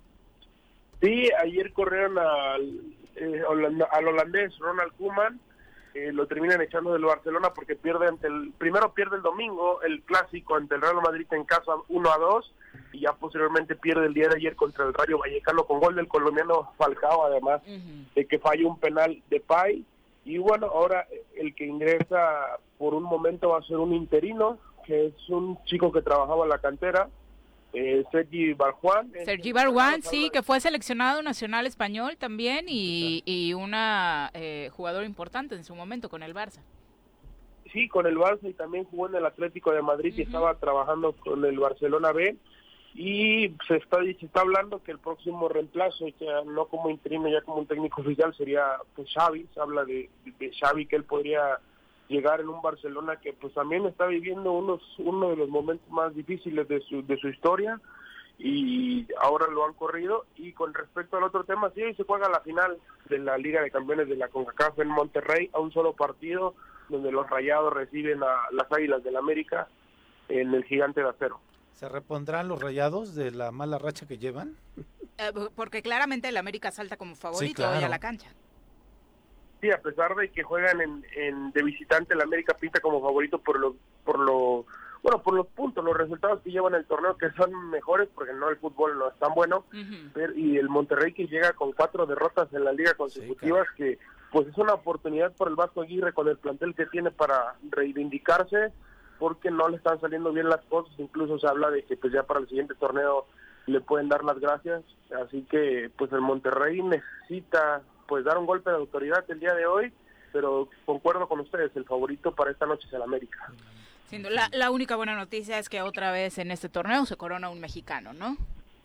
Sí, ayer corrieron al holandés Ronald Koeman, lo terminan echando del Barcelona porque pierde primero pierde el domingo el clásico ante el Real Madrid en casa 1-2, y ya posteriormente pierde el día de ayer contra el Rayo Vallecano con gol del colombiano Falcao, además de que falló un penal de Pay. Y bueno, ahora el que ingresa por un momento va a ser un interino, que es un chico que trabajaba en la cantera, Sergi Barjuan. Sergi Barjuan, sí, que fue seleccionado nacional español también y una jugador importante en su momento con el Barça. Sí, con el Barça, y también jugó en el Atlético de Madrid y estaba trabajando con el Barcelona B, y se está hablando que el próximo reemplazo, ya no como interino, ya como un técnico oficial, sería pues Xavi. Se habla de Xavi, que él podría llegar en un Barcelona que pues también está viviendo uno de los momentos más difíciles de su historia, y ahora lo han corrido. Y con respecto al otro tema, sí, hoy se juega la final de la Liga de Campeones de la CONCACAF en Monterrey, a un solo partido, donde los Rayados reciben a las Águilas del América en el Gigante de Acero. ¿Se repondrán los Rayados de la mala racha que llevan? Porque claramente el América salta como favorito hoy a la cancha. Sí, a pesar de que juegan de visitante, el América pinta como favorito por los puntos, los resultados que llevan el torneo, que son mejores, porque no, el fútbol no es tan bueno, y el Monterrey, que llega con 4 derrotas en la liga consecutivas, que pues es una oportunidad por el Vasco Aguirre, con el plantel que tiene, para reivindicarse, porque no le están saliendo bien las cosas. Incluso se habla de que pues ya para el siguiente torneo le pueden dar las gracias, así que pues el Monterrey necesita pues dar un golpe de autoridad el día de hoy, pero concuerdo con ustedes, el favorito para esta noche es el América. La única buena noticia es que otra vez en este torneo se corona un mexicano, ¿no?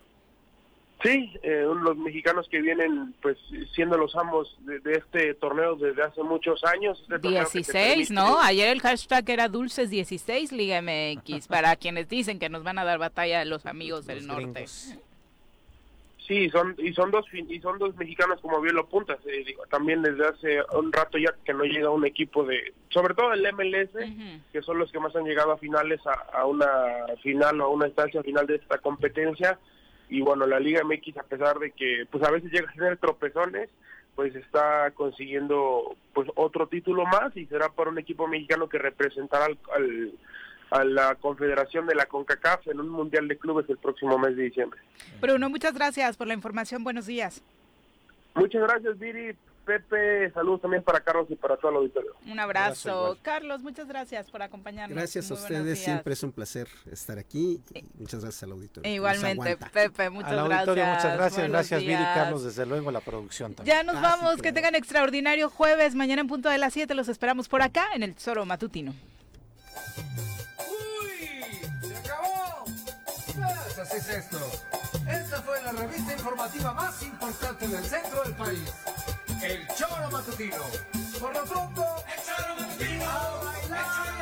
Sí, los mexicanos que vienen pues siendo los amos de este torneo desde hace muchos años. 16, ¿no? Ayer el hashtag era Dulces 16 Liga MX, para quienes dicen que nos van a dar batalla los amigos del norte. Sí, son dos mexicanos, como bien lo apuntas. También desde hace un rato ya que no llega un equipo sobre todo el MLS, que son los que más han llegado a finales, a una final o a una instancia final de esta competencia. Y bueno, la Liga MX, a pesar de que pues a veces llega a tener tropezones, pues está consiguiendo pues otro título más, y será para un equipo mexicano que representará a la Confederación de la CONCACAF en un Mundial de Clubes el próximo mes de diciembre. Bruno, muchas gracias por la información. Buenos días. Muchas gracias, Viri. Pepe, saludos también para Carlos y para todo el auditorio. Un abrazo. Carlos, muchas gracias por acompañarnos. Gracias a ustedes, siempre es un placer estar aquí, y muchas gracias al auditorio. Igualmente, Pepe, muchas al gracias. Auditorio, muchas gracias. Buenos gracias, días. Viri, Carlos, desde luego a la producción también. Ya nos vamos, sí, claro. Que tengan extraordinario jueves, mañana en punto de las 7 los esperamos por acá en el Tesoro Matutino. ¡Uy! ¡Se acabó! Pues así es esto. Esta fue la revista informativa más importante del centro del país. El Choro Matutino. Por lo pronto, el Choro Matutino. ¡A bailar!